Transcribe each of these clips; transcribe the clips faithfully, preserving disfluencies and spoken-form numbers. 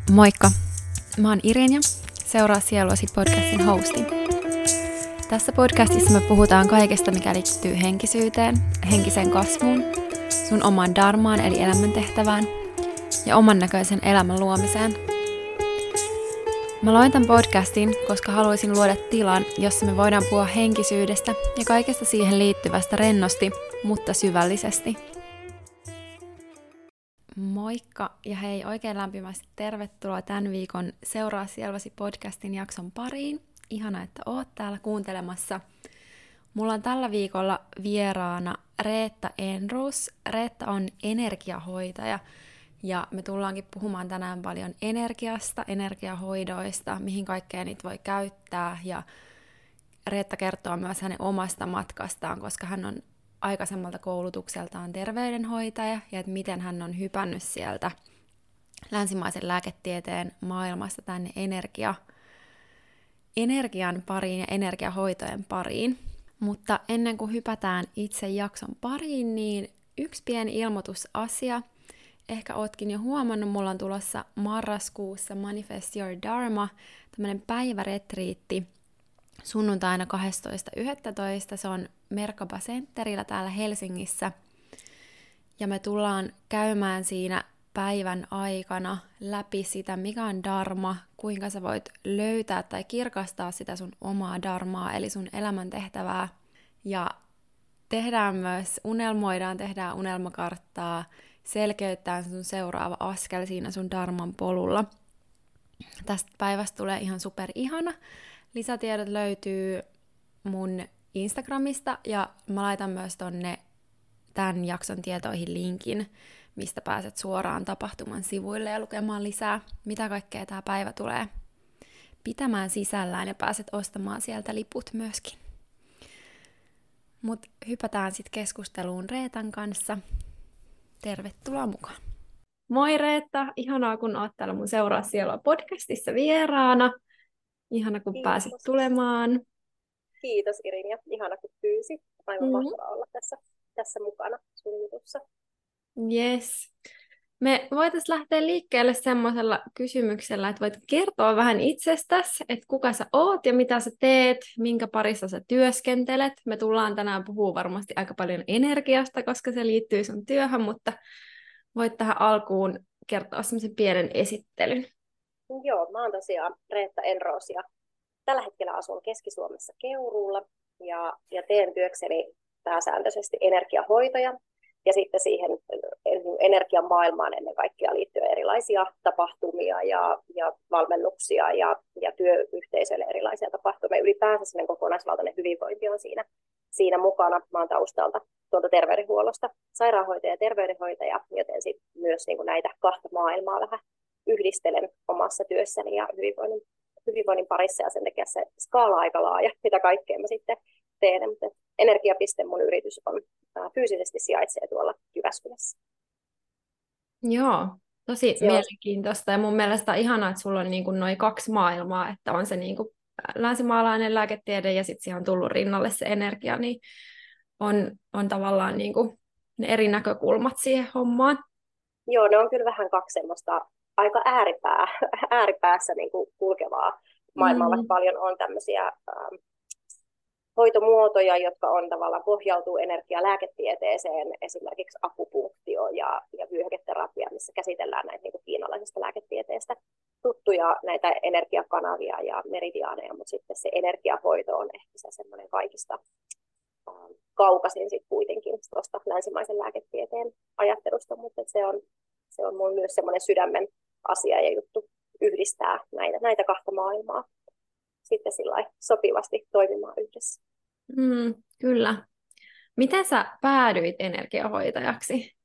Moikka! Mä oon Irinja, Seuraa sieluasi podcastin hosti. Tässä podcastissa me puhutaan kaikesta, mikä liittyy henkisyyteen, henkiseen kasvuun, sun omaan dharmaan eli elämäntehtävään ja oman näköisen elämän luomiseen. Mä loin tämän podcastin, koska haluaisin luoda tilan, jossa me voidaan puhua henkisyydestä ja kaikesta siihen liittyvästä rennosti, mutta syvällisesti. Moikka ja hei, oikein lämpimästi tervetuloa tämän viikon Seuraa sieluasi podcastin jakson pariin. Ihana, että oot täällä kuuntelemassa. Mulla on tällä viikolla vieraana Reetta Enroos. Reetta on energiahoitaja ja me tullaankin puhumaan tänään paljon energiasta, energiahoidoista, mihin kaikkeen niitä voi käyttää. Ja Reetta kertoo myös hänen omasta matkastaan, koska hän on aikaisemmalta koulutukseltaan terveydenhoitaja ja että miten hän on hypännyt sieltä länsimaisen lääketieteen maailmasta tänne energia, energian pariin ja energiahoitojen pariin. Mutta ennen kuin hypätään itse jakson pariin, niin yksi pieni ilmoitusasia. Ehkä ootkin jo huomannut, mulla on tulossa marraskuussa Manifest Your Dharma, tämmöinen päiväretriitti sunnuntaina kahdestoista yhdestoista. Se on Merkaba Centerillä täällä Helsingissä. Ja me tullaan käymään siinä päivän aikana läpi sitä, mikä on dharma, kuinka sä voit löytää tai kirkastaa sitä sun omaa dharmaa, eli sun elämäntehtävää. Ja tehdään myös, unelmoidaan, tehdään unelmakarttaa, selkeyttää sun seuraava askel siinä sun dharman polulla. Tästä päivästä tulee ihan super ihana. Lisätiedot löytyy mun Instagramista ja mä laitan myös tonne tämän jakson tietoihin linkin, mistä pääset suoraan tapahtuman sivuille ja lukemaan lisää, mitä kaikkea tää päivä tulee pitämään sisällään ja pääset ostamaan sieltä liput myöskin. Mut hypätään sitten keskusteluun Reetan kanssa. Tervetuloa mukaan. Moi Reetta, ihanaa kun oot täällä mun Seuraa sielua podcastissa vieraana. Ihana kun Kiitos. pääsit tulemaan. Kiitos Irinja, ihana kun pyysit. Aivan Mm-hmm. mahtavaa olla tässä, tässä mukana sun jutussa. Yes. Me voitaisiin lähteä liikkeelle semmoisella kysymyksellä, että voit kertoa vähän itsestäsi, että kuka sä oot ja mitä sä teet, minkä parissa sä työskentelet. Me tullaan tänään puhumaan varmasti aika paljon energiasta, koska se liittyy sun työhön, mutta voit tähän alkuun kertoa semmoisen pienen esittelyn. Joo, mä oon tosiaan Reetta Enroos ja tällä hetkellä asun Keski-Suomessa Keuruulla ja, ja teen työkseni pääsääntöisesti energiahoitoja. Ja sitten siihen energian maailmaan ennen kaikkea liittyy erilaisia tapahtumia ja, ja valmennuksia ja, ja työyhteisöille erilaisia tapahtumia. Ylipäänsä sellainen kokonaisvaltainen hyvinvointi on siinä, siinä mukana. Mä oon taustalta tuolta terveydenhuollosta sairaanhoitaja ja terveydenhoitaja, joten sit myös niin kuin näitä kahta maailmaa vähän yhdistelen omassa työssäni ja hyvinvoinnin, hyvinvoinnin parissa, ja sen takia se skaala aika laaja, mitä kaikkea mä sitten teen. Mutta Energiapiste mun yritys on ää, fyysisesti sijaitsee tuolla Jyväskylässä. Joo, tosi Se on, mielenkiintoista ja mun mielestä on ihanaa, että sulla on niin kuin noin kaksi maailmaa, että on se niin kuin länsimaalainen lääketiede ja sitten siihen on tullut rinnalle se energia, niin on, on tavallaan niin kuin ne eri näkökulmat siihen hommaan. joo, ne on kyllä vähän kaksi semmoista aika ääripää, ääripäässä niin kuin kulkevaa maailmaa, vaikka Mm. paljon on tämmöisiä ää, hoitomuotoja, jotka on tavallaan pohjautuu energialääketieteeseen, esimerkiksi akupunktio ja, ja vyöhyketerapia, missä käsitellään näitä niin kuin kiinalaisesta lääketieteestä tuttuja näitä energiakanavia ja meridiaaneja, mutta sitten se energiahoito on ehkä se semmoinen kaikista ähm, kaukaisin sitten kuitenkin tuosta länsimaisen lääketieteen ajattelusta, mutta se on, se on mun myös semmoinen sydämen asia ja juttu yhdistää näitä, näitä kahta maailmaa sitten sillä sopivasti toimimaan yhdessä. Mm, kyllä. Miten sä päädyit energiahoitajaksi?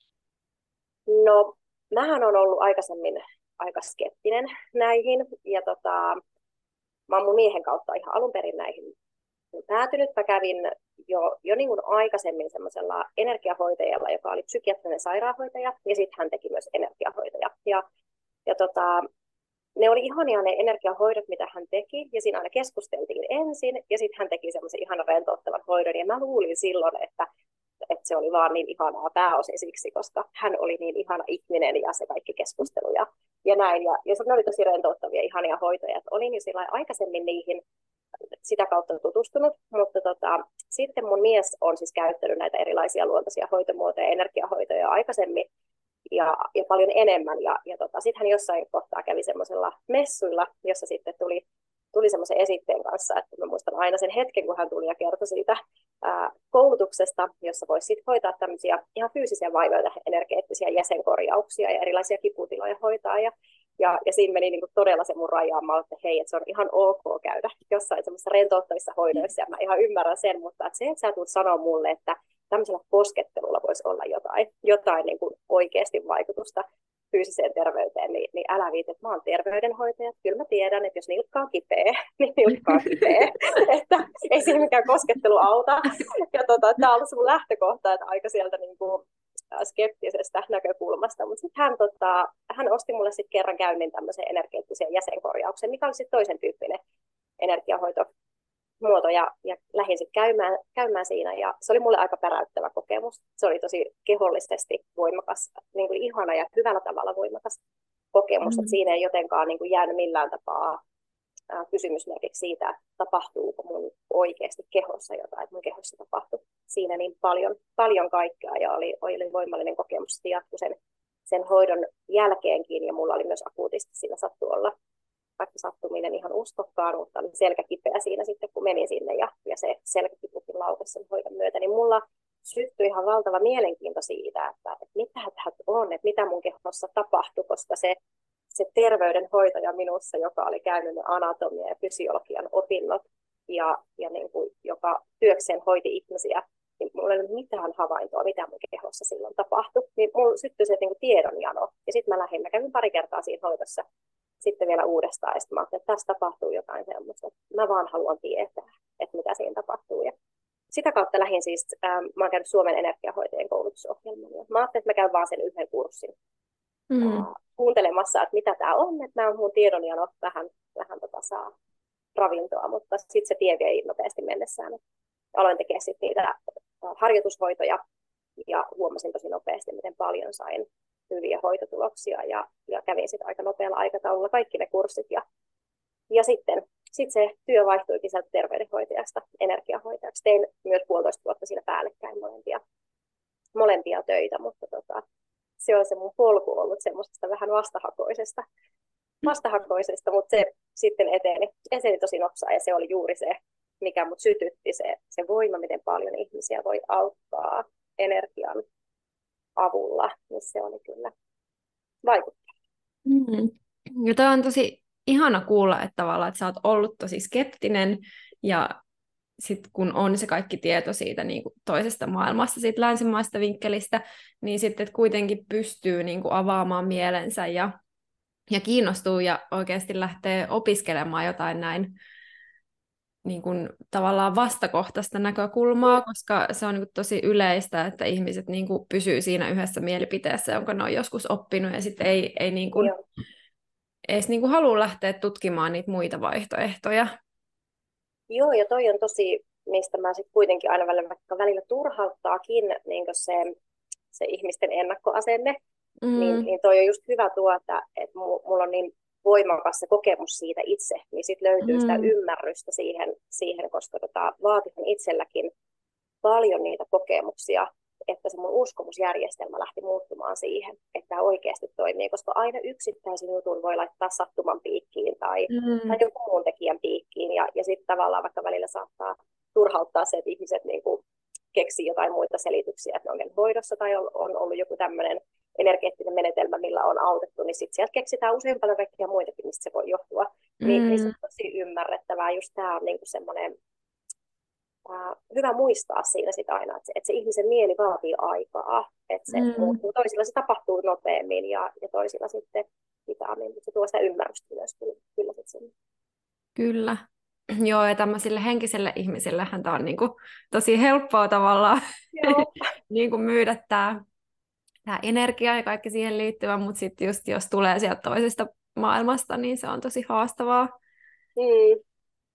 No, mähän on ollut aikaisemmin aika skeptinen näihin, ja tota, mä oon mun miehen kautta ihan alun perin näihin päätynyt. Mä kävin jo, jo niin kuin aikaisemmin semmoisella energiahoitajalla, joka oli psykiatrinen sairaanhoitaja, ja sitten hän teki myös energiahoitoja. Ja, ja tota, ne oli ihania ne energiahoidot, mitä hän teki, ja siinä aina keskusteltiin ensin, ja sitten hän teki semmoisen ihanan rentouttavan hoidon, ja mä luulin silloin, että, että se oli vaan niin ihanaa pääosin siksi, koska hän oli niin ihana ihminen, ja se kaikki keskustelu ja, ja näin. Ja, ja ne oli tosi rentouttavia, ihania hoitoja. Et olin jo sillä aikaisemmin niihin sitä kautta tutustunut, mutta tota, sitten mun mies on siis käyttänyt näitä erilaisia luontaisia hoitomuotoja, energiahoitoja aikaisemmin ja, ja paljon enemmän. Ja, ja tota, sitten hän jossain kohtaa kävi semmoisella messuilla, jossa sitten tuli, tuli semmoisen esitteen kanssa, että mä muistan aina sen hetken, kun hän tuli ja kertoi siitä ää, koulutuksesta, jossa voisi sitten hoitaa tämmöisiä ihan fyysisiä vaivoja, energeettisiä jäsenkorjauksia ja erilaisia kiputiloja hoitaa. Ja Ja, ja siinä meni niin kuin todella se mun rajaamaan, että hei, että se on ihan ok käydä jossain semmoisissa rentouttavissa hoidoissa, ja mä ihan ymmärrän sen, mutta että se, että sä tulet sanoa mulle, että tämmöisellä koskettelulla voisi olla jotain, jotain niin kuin oikeasti vaikutusta fyysiseen terveyteen, niin, niin älä viit, että mä oon terveydenhoitaja. Kyllä mä tiedän, että jos nilkka on kipeä, niin nilkka on kipeä. Että ei siinä mikään koskettelu auta. Ja tota, tämä on ollut se mun lähtökohta, että aika sieltä niin kuin skeptisestä näkökulmasta, mutta sitten hän, tota, hän osti mulle sitten kerran käynnin tämmöisen energeettisen jäsenkorjauksen, mikä oli sitten toisen tyyppinen energiahoitomuoto, ja, ja lähdin sitten käymään, käymään siinä, ja se oli mulle aika päräyttävä kokemus. Se oli tosi kehollisesti voimakas, niin kuin ihana ja hyvällä tavalla voimakas kokemus, mm-hmm. että siinä ei jotenkaan niin kuin jäänyt millään tapaa ää, kysymysmerkiksi siitä, että tapahtuuko mun oikeasti kehossa jotain, että mun kehossa tapahtui siinä niin paljon, paljon kaikkea, ja oli, oli voimallinen kokemus, että jatkui sen, sen hoidon jälkeenkin, ja mulla oli myös akuutisti siinä sattu olla, vaikka sattuminen ihan uskokkaan, mutta oli selkäkipeä siinä sitten, kun menin sinne, ja, ja se selkäkipukin laukesi sen hoidon myötä, niin mulla syttyi ihan valtava mielenkiinto siitä, että, että mitä tämä on, että mitä mun kehossa tapahtui, koska se, se terveydenhoitaja minussa, joka oli käynyt anatomia ja fysiologian opinnot, ja, ja niin kuin, joka työkseen hoiti ihmisiä, niin mulla ei ollut mitään havaintoa, mitä mun kehossa silloin tapahtui. Niin mulla syttyi se niin kuin tiedonjano. Ja sitten mä lähdin, mä kävin pari kertaa siinä hoidossa sitten vielä uudestaan. Ja sitten mä ajattelin, että tässä tapahtuu jotain semmoista. Mä vaan haluan tietää, että mitä siinä tapahtuu. Ja sitä kautta lähdin siis, ähm, mä oon käynyt Suomen energiahoitajien koulutusohjelman. Ja mä ajattelin, että mä käyn vaan sen yhden kurssin mm. äh, kuuntelemassa, että mitä tää on. Että mä mun tiedonjano vähän, vähän tota saa ravintoa, mutta sitten se tie vei nopeasti mennessään. Aloin tekemään sitten niitä harjoitushoitoja ja huomasin tosi nopeasti, miten paljon sain hyviä hoitotuloksia, ja, ja kävin sitten aika nopealla aikataululla kaikki ne kurssit. Ja, ja sitten sit se työ vaihtuikin sieltä terveydenhoitajasta energiahoitajaksi. Tein myös puolitoista vuotta siinä päällekkäin molempia, molempia töitä, mutta tota, se on se mun polku ollut semmoisesta vähän vastahakoisesta, vastahakoisesta, mutta se sitten eteni, eteni tosi nopsaa, ja se oli juuri se, mikä mut sytytti, se, se voima, miten paljon ihmisiä voi auttaa energian avulla, niin se oli kyllä vaikuttava. Mm. Ja toi on tosi ihana kuulla, että tavallaan, että sä oot ollut tosi skeptinen, ja sitten kun on se kaikki tieto siitä niin kuin toisesta maailmasta, siitä länsimaista vinkkelistä, niin sitten että kuitenkin pystyy niin kuin avaamaan mielensä ja, ja kiinnostuu ja oikeasti lähtee opiskelemaan jotain näin niin kuin tavallaan vastakohtaista näkökulmaa, koska se on niin kuin tosi yleistä, että ihmiset niin kuin pysyy siinä yhdessä mielipiteessä, jonka ne on joskus oppinut, ja sitten ei, ei niin kuin, edes niin kuin halua lähteä tutkimaan niitä muita vaihtoehtoja. Joo, ja toi on tosi, mistä mä sitten kuitenkin aina välillä, vaikka välillä turhauttaakin niin se, se ihmisten ennakkoasenne, mm. niin, niin toi on just hyvä tuo, että, että mulla on niin voimakas se kokemus siitä itse, niin sitten löytyy mm. sitä ymmärrystä siihen, siihen koska tota, vaatihan itselläkin paljon niitä kokemuksia, että se mun uskomusjärjestelmä lähti muuttumaan siihen, että tämä oikeasti toimii, koska aina yksittäisen jutun voi laittaa sattuman piikkiin tai, mm. tai joku muun tekijän piikkiin, ja, ja sitten tavallaan vaikka välillä saattaa turhauttaa se, että ihmiset niin kuin keksii jotain muita selityksiä, että ne on hoidossa tai on, on ollut joku tämmöinen energeettinen menetelmä, millä on autettu, niin sitten sieltä keksitään usein paljon kaikkia muitakin, mistä se voi johtua. Mm. Niin, niin se on tosi ymmärrettävää. Just tämä on niinku semmoinen äh, hyvä muistaa siinä sit aina, että se, että se ihmisen mieli vaatii aikaa, että se mm. muuttuu. Toisilla se tapahtuu nopeammin ja, ja toisilla sitten hitaammin, mutta se tuo sitä ymmärrystä myös kyllä, kyllä sit sinne. Kyllä. Joo, ja tämmöisille henkiselle ihmisellähän tämä on niinku tosi helppoa tavallaan niinku myydä tämä tämä energia ja kaikki siihen liittyvä, mutta sitten just jos tulee sieltä toisesta maailmasta, niin se on tosi haastavaa. Mm.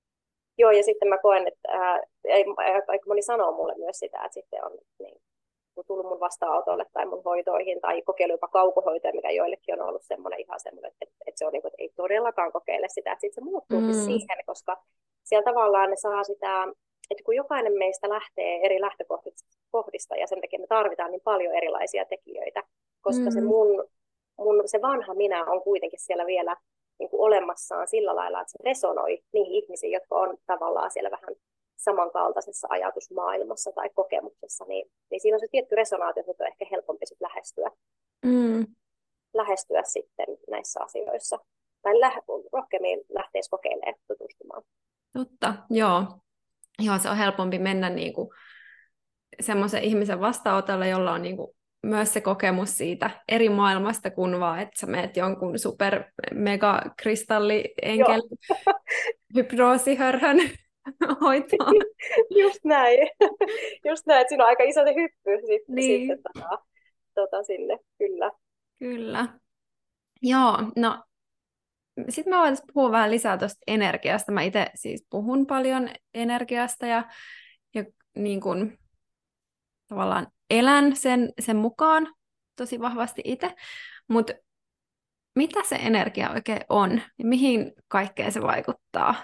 Joo, ja sitten mä koen, että ää, aika moni sanoo mulle myös sitä, että sitten on niin, tullut mun vastaanotolle tai mun hoitoihin tai kokeilu jopa kaukohoitoja, mikä joillekin on ollut semmoinen ihan semmoinen, että, että se on niin kuin, että ei todellakaan kokeile sitä, että sitten se muuttuukin Mm. siihen, koska siellä tavallaan ne saa sitä, että kun jokainen meistä lähtee eri lähtökohdista ja sen takia me tarvitaan niin paljon erilaisia tekijöitä, koska Mm. se mun, mun se vanha minä on kuitenkin siellä vielä niin kuin olemassaan sillä lailla, että se resonoi niihin ihmisiin, jotka on tavallaan siellä vähän samankaltaisessa ajatusmaailmassa tai kokemuksessa, niin, niin siinä on se tietty resonaatio, että on ehkä helpompi sit lähestyä, Mm. lähestyä sitten näissä asioissa. Tai lä- rohkeammin lähteisi kokeilemaan, tutustumaan. Totta, joo. Joo, se on helpompi mennä niinku semmoisen ihmisen vastaanotolle, jolla on niinku myös se kokemus siitä eri maailmasta, kun vaan, että sä meet jonkun super mega kristalli enkel hypnoosihörhön hoitoon. Just näin. Just näin, että siinä on aika iso se hyppy sitten, Niin. sitten tota, tota sinne, kyllä. Kyllä. Joo, no sitten me voitaisiin puhua vähän lisää tuosta energiasta. Mä itse siis puhun paljon energiasta ja, ja niin kun, tavallaan elän sen, sen mukaan tosi vahvasti itse. Mutta mitä se energia oikein on? Ja mihin kaikkeen se vaikuttaa?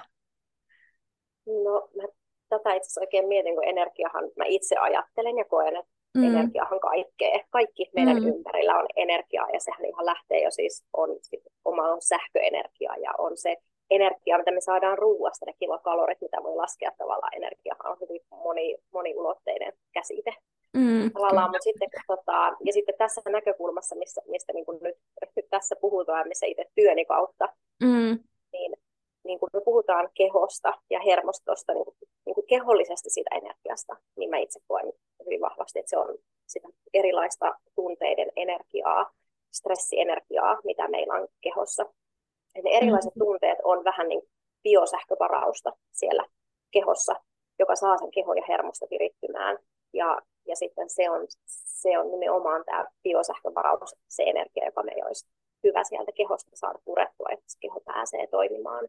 No, mä tätä itse asiassa oikein mietin, kun energiahan, mä itse ajattelen ja koen, että Mm. energiahan kaikkea. Kaikki meidän Mm. ympärillä on energiaa ja sehän ihan lähtee jo siis, on sit oma on sähköenergia ja on se energia, mitä me saadaan ruuasta, ne kilokalorit, mitä voi laskea tavallaan. Energiahan on hyvin moni, moniulotteinen käsite. Mm. Tavallaan, mutta sitten, tota, ja sitten tässä näkökulmassa, missä, mistä niin kuin nyt, nyt tässä puhutaan, missä itse työni kautta, Mm. niin, niin kun me puhutaan kehosta ja hermostosta, niin, niin kuin kehollisesti siitä energiasta, niin mä itse koen hyvin vahvasti, että se on sitä erilaista tunteiden energiaa, stressienergiaa, mitä meillä on kehossa. Ja ne erilaiset Mm. tunteet on vähän niin biosähkövarausta siellä kehossa, joka saa sen kehon ja hermosta virittymään. Ja, ja sitten se on, se on nimenomaan tämä biosähkövaraus, se energia, joka meillä olisi hyvä sieltä kehosta saada purettua, että se keho pääsee toimimaan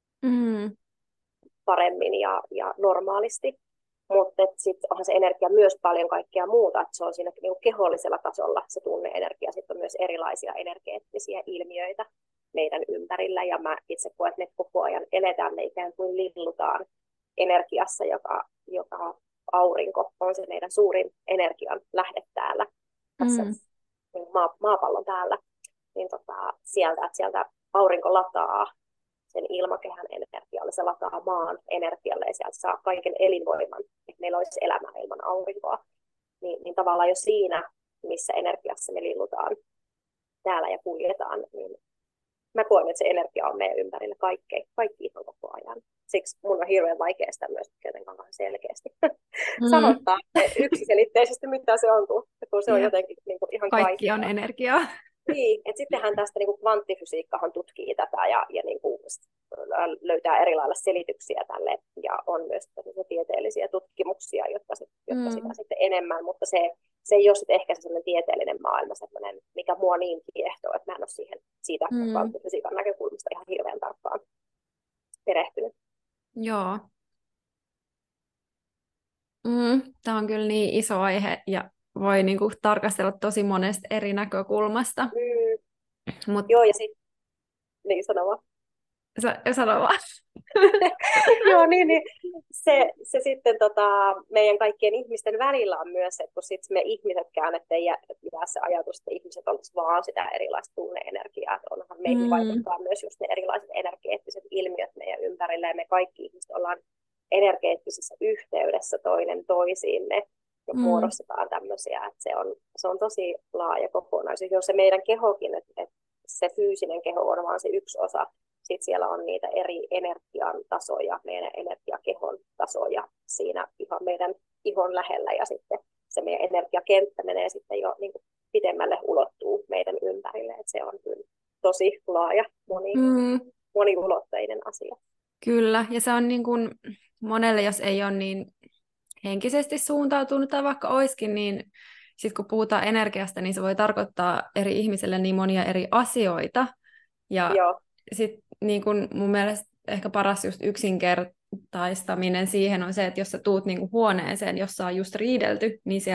Mm. paremmin ja, ja normaalisti. Mutta sitten onhan se energia myös paljon kaikkea muuta, että se on siinä niinku kehollisella tasolla se tunne-energia. Sitten on myös erilaisia energeettisiä ilmiöitä meidän ympärillä, ja mä itse koen, että me koko ajan eletään, me ikään kuin lillutaan energiassa, joka, joka aurinko on se meidän suurin energian lähde täällä, tässä Mm. maa, maapallon päällä, niin tota, sieltä, että sieltä aurinko lataa sen ilmakehän energialle, se lataa maan energialle ja sieltä saa kaiken elinvoiman, että meillä olisi elämää ilman aurinkoa. Niin, niin tavallaan jo siinä, missä energiassa me lillutaan täällä ja kuljetaan, niin mä koen, että se energia on meidän ympärillä kaikki, kaikki ihan koko ajan. Siksi mun on hirveän vaikea sitä myös jotenkaan selkeästi Mm. sanottaa yksiselitteisesti, mitä se on, kun, kun se on Jep. jotenkin niin kuin ihan Kaikki kaikkea. on energiaa. Niin, että sittenhän tästä niin kuin kvanttifysiikkahan tutkii tätä ja, ja niin kuin löytää eri lailla selityksiä tälle ja on myös tieteellisiä tutkimuksia, jotka, sit, jotka Mm. sitä sitten enemmän, mutta se, se ei ole sitten ehkä se sellainen tieteellinen maailma, sellainen, mikä mua niin kiehtoo, että mä en ole siihen siitä Mm. kvanttifysiikan näkökulmasta ihan hirveän tarkkaan perehtynyt. Joo. Mm, tämä on kyllä niin iso aihe ja voi niinku tarkastella tosi monesta eri näkökulmasta. Mm, Mut joo, ja sitten, niin sano vaan. sä, sano vaan. Joo, niin, niin. Se, se sitten tota, meidän kaikkien ihmisten välillä on myös, että kun sit me ihmisetkään, ettei jää, jää se ajatus, että ihmiset olisi vaan sitä erilaista tunne-energiaa, että onhan meihin Mm. vaikuttaa myös just ne erilaiset energeettiset ilmiöt meidän ympärillä, ja me kaikki ihmiset ollaan energeettisessä yhteydessä toinen toisiinne, ja Mm. muodostetaan tämmöisiä, että se on, se on tosi laaja kokonaisuus. Jos se meidän kehokin, että, että se fyysinen keho on vaan se yksi osa, sitten siellä on niitä eri energian tasoja, meidän energiakehon tasoja siinä ihan meidän ihon lähellä, ja sitten se meidän energiakenttä menee sitten jo niin kuin pidemmälle ulottuu meidän ympärille, että se on kyllä tosi laaja, moni, Mm. moniulotteinen asia. Kyllä, ja se on niin kuin monelle, jos ei ole niin henkisesti suuntautunut tai vaikka oiskin, niin sitten kun puhutaan energiasta, niin se voi tarkoittaa eri ihmiselle niin monia eri asioita. Ja Joo, sitten niin kun mun mielestä ehkä paras just yksinkertaistaminen siihen on se, että jos sä tuut niin kuin huoneeseen, jossa on just riidelty, niin siellä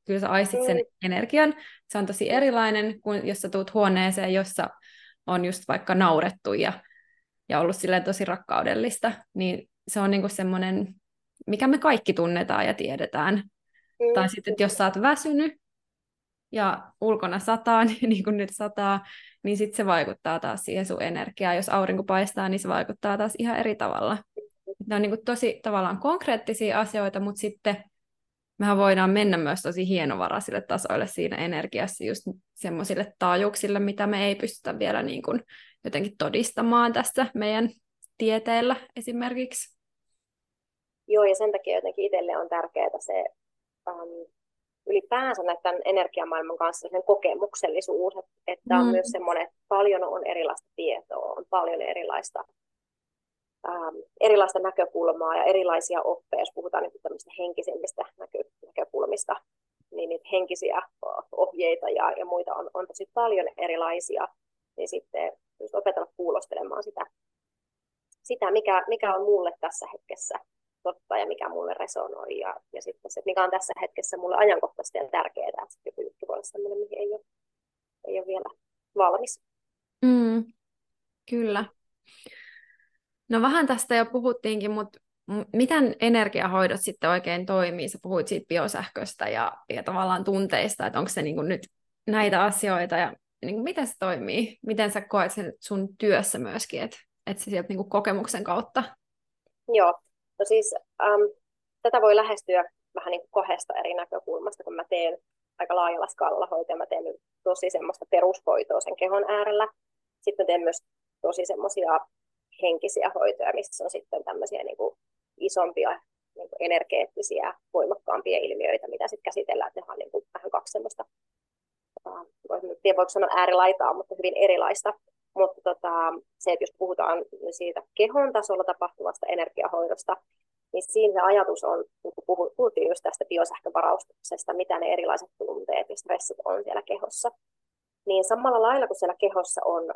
kyllä sä aistit sen Mm. energian. Se on tosi erilainen kuin jos sä tuut huoneeseen, jossa on just vaikka naurettu ja, ja ollut silleen tosi rakkaudellista, niin se on niinku semmoinen, mikä me kaikki tunnetaan ja tiedetään. Tai Mm. sitten, että jos sä oot väsynyt ja ulkona sataa, niin kuin nyt sataa, niin sitten se vaikuttaa taas siihen sun energiaan. Jos aurinko paistaa, niin se vaikuttaa taas ihan eri tavalla. Ne on niin kuin tosi tavallaan konkreettisia asioita, mutta sitten mehän voidaan mennä myös tosi hienovaraisille tasoille siinä energiassa, just semmoisille taajuuksille, mitä me ei pystytä vielä niin kuin jotenkin todistamaan tässä meidän tieteellä esimerkiksi. Joo, ja sen takia jotenkin itselle on tärkeää se um, ylipäänsä näiden energiamaailman kanssa sen kokemuksellisuus, että, että on myös Mm. semmoinen, että paljon on erilaista tietoa, on paljon erilaista, ähm, erilaista näkökulmaa ja erilaisia oppeja, jos puhutaan niin tämmöistä henkisemmistä näkö, näkökulmista, niin niitä henkisiä ohjeita ja, ja muita on, on tosi paljon erilaisia, niin sitten just opetella kuulostelemaan sitä, sitä mikä, mikä on mulle tässä hetkessä totta ja mikä mulle resonoi ja, ja sitten se, mikä on tässä hetkessä mulle ajankohtaisesti ja tärkeää, että joku juttu voi olla sellainen, mihin ei ole, ei ole vielä valmis. Mm, kyllä. No vähän tästä jo puhuttiinkin, mutta m- miten energiahoidot sitten oikein toimii? Sä puhuit siitä biosähköstä ja, ja tavallaan tunteista, että onko se niin kuin nyt näitä asioita ja niin kuin miten se toimii? Miten sä koet sen sun työssä myöskin, että et se sieltä niin kuin kokemuksen kautta? Joo, no siis äm, tätä voi lähestyä vähän niin kuin kahdesta eri näkökulmasta, kun mä teen aika laajalla skaalalla hoitoa. Mä teen tosi semmoista perushoitoa sen kehon äärellä. Sitten mä teen myös tosi semmoisia henkisiä hoitoja, missä on sitten tämmöisiä niin kuin isompia niin kuin energeettisiä, voimakkaampia ilmiöitä, mitä sitten käsitellään. Ne on niin kuin vähän kaksi semmoista, en tiedä voiko sanoa äärilaitaa, mutta hyvin erilaista. Mutta tota, se, että jos puhutaan siitä kehon tasolla tapahtuvasta energiahoidosta, niin siinä se ajatus on, kun puhuttiin just tästä biosähkövaraustuksesta, mitä ne erilaiset tunteet ja stressit on siellä kehossa, niin samalla lailla kuin siellä kehossa on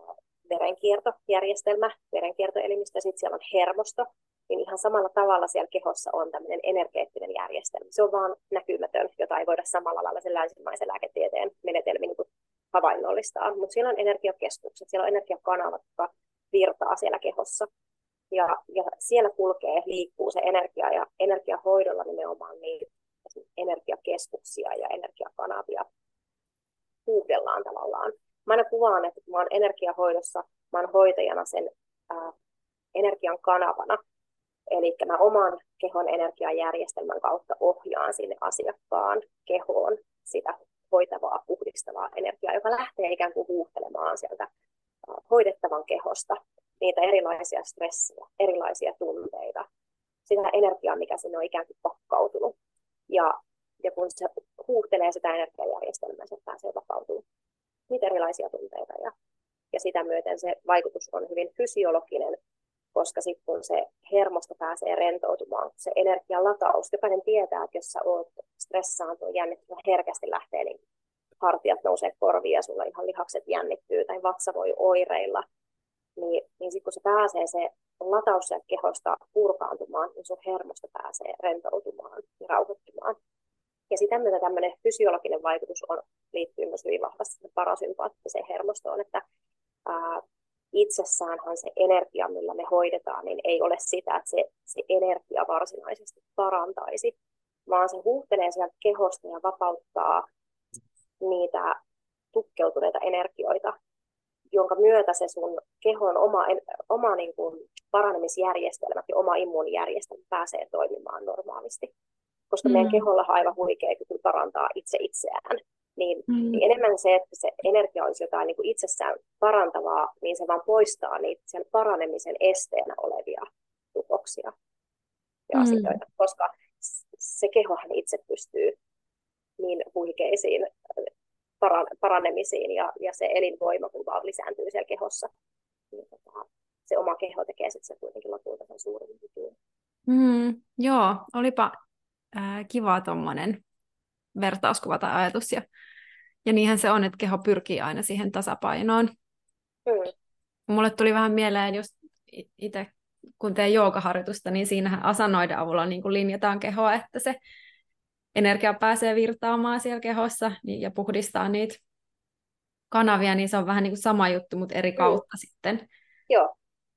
verenkiertojärjestelmä, verenkiertoelimistö, ja sitten siellä on hermosto, niin ihan samalla tavalla siellä kehossa on tämmöinen energeettinen järjestelmä. Se on vaan näkymätön, jota ei voida samalla lailla sen länsimaisen lääketieteen menetelmin niin havainnollistaa. Mutta siellä on energiakeskukset, siellä on energiakanavat, jotka virtaa siellä kehossa. Ja, ja siellä kulkee, liikkuu se energia, ja energiahoidolla nimenomaan niin energiakeskuksia ja energiakanavia huuhdellaan tavallaan. Mä aina kuvaan, että kun mä oon energiahoidossa, mä oon hoitajana sen ää, energian kanavana. Eli mä oman kehon energiajärjestelmän kautta ohjaan sinne asiakkaan kehoon sitä hoitavaa, puhdistavaa energiaa, joka lähtee ikään kuin huuhtelemaan sieltä ää, hoidettavan kehosta niitä erilaisia stressejä, erilaisia tunteita, sitä energiaa, mikä sinne on ikään kuin pakkautunut. Ja, ja kun se huuhtelee sitä energiajärjestelmää, se pääsee vapautumaan niitä erilaisia tunteita. Ja, ja sitä myöten se vaikutus on hyvin fysiologinen, koska sitten kun se hermosto pääsee rentoutumaan, se energian lataus, jokainen tietää, että jos sä oot stressaantunut, jännittynyt, herkästi lähtee, niin hartiat nousee korviin ja sulla ihan lihakset jännittyy tai vatsa voi oireilla, niin, niin sitten kun se pääsee se lataus sieltä kehosta purkaantumaan, niin sun hermosto pääsee rentoutumaan ja rauhoittumaan. Ja sitä myötä tämmöinen fysiologinen vaikutus on, liittyy myös hyvin vahvasti parasympaattiseen hermostoon, että ää, itsessäänhän se energia, millä me hoidetaan, niin ei ole sitä, että se, se energia varsinaisesti parantaisi, vaan se huuhtelee sieltä kehosta ja vapauttaa niitä tukkeutuneita energioita, jonka myötä se sun kehon oma, oma niin kuin paranemisjärjestelmä ja oma immuunijärjestelmä pääsee toimimaan normaalisti. Koska mm. meidän keholla on aivan huikea kyky parantaa itse itseään. Niin, mm. niin enemmän se, että se energia olisi jotain niin kuin itsessään parantavaa, niin se vaan poistaa niitä sen paranemisen esteenä olevia tukoksia ja mm. asioita. Koska se kehohan itse pystyy niin huikeisiin paranemisiin ja, ja se elinvoima, kun vaan lisääntyy siellä kehossa, niin tota, se oma keho tekee sitten se kuitenkin lopulta sen suurin työn. Mm, joo, olipa äh, kiva tuommoinen vertauskuva tai ajatus. Ja, ja niinhän se on, että keho pyrkii aina siihen tasapainoon. Mm. Mulle tuli vähän mieleen just itse, kun teen joogaharjoitusta, niin siinähän asanoiden avulla niin kuin linjataan kehoa, että se energia pääsee virtaamaan siellä kehossa niin, ja puhdistaa niitä kanavia, niin se on vähän niin kuin sama juttu, mutta eri kautta mm. sitten. Joo.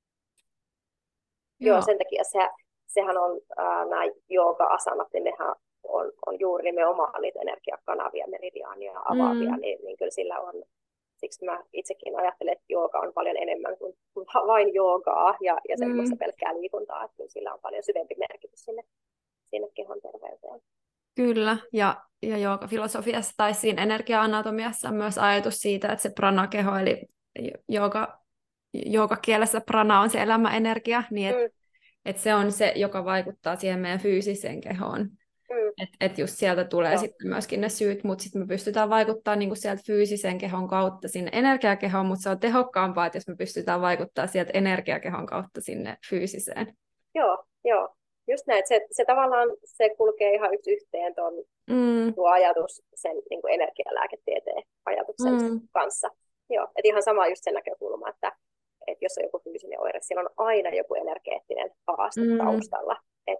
Joo. Joo, sen takia se, sehän on äh, nämä jooga-asanat, niin nehän on, on juuri nimenomaan niitä energiakanavia, meridiaania avaavia, mm. niin, niin kyllä sillä on, siksi mä itsekin ajattelen, että jooga on paljon enemmän kuin, kuin vain joogaa ja, ja semmoista mm. pelkkää liikuntaa, että kyllä sillä on paljon syvempi merkitys sinne, sinne kehon terveyteen. Kyllä, ja, ja joogafilosofiassa tai siinä energia-anatomiassa on myös ajatus siitä, että se prana-keho, eli jooga, joogakielessä prana on se elämäenergia, niin että mm. et se on se, joka vaikuttaa siihen meidän fyysiseen kehoon. Mm. Että et just sieltä tulee Joo. sitten myöskin ne syyt, mutta sitten me pystytään vaikuttamaan niinku sieltä fyysisen kehon kautta sinne energiakehoon, mutta se on tehokkaampaa, että jos me pystytään vaikuttamaan sieltä energiakehon kautta sinne fyysiseen. Joo, joo. Just näin, se, se tavallaan se kulkee ihan yksi yhteen ton, mm. tuo ajatus sen niin kuin energialääketieteen ajatuksen mm. kanssa. Joo, et ihan sama just sen näkökulma, että, että jos on joku fyysinen oire, siellä on aina joku energeettinen haaste mm. taustalla. Et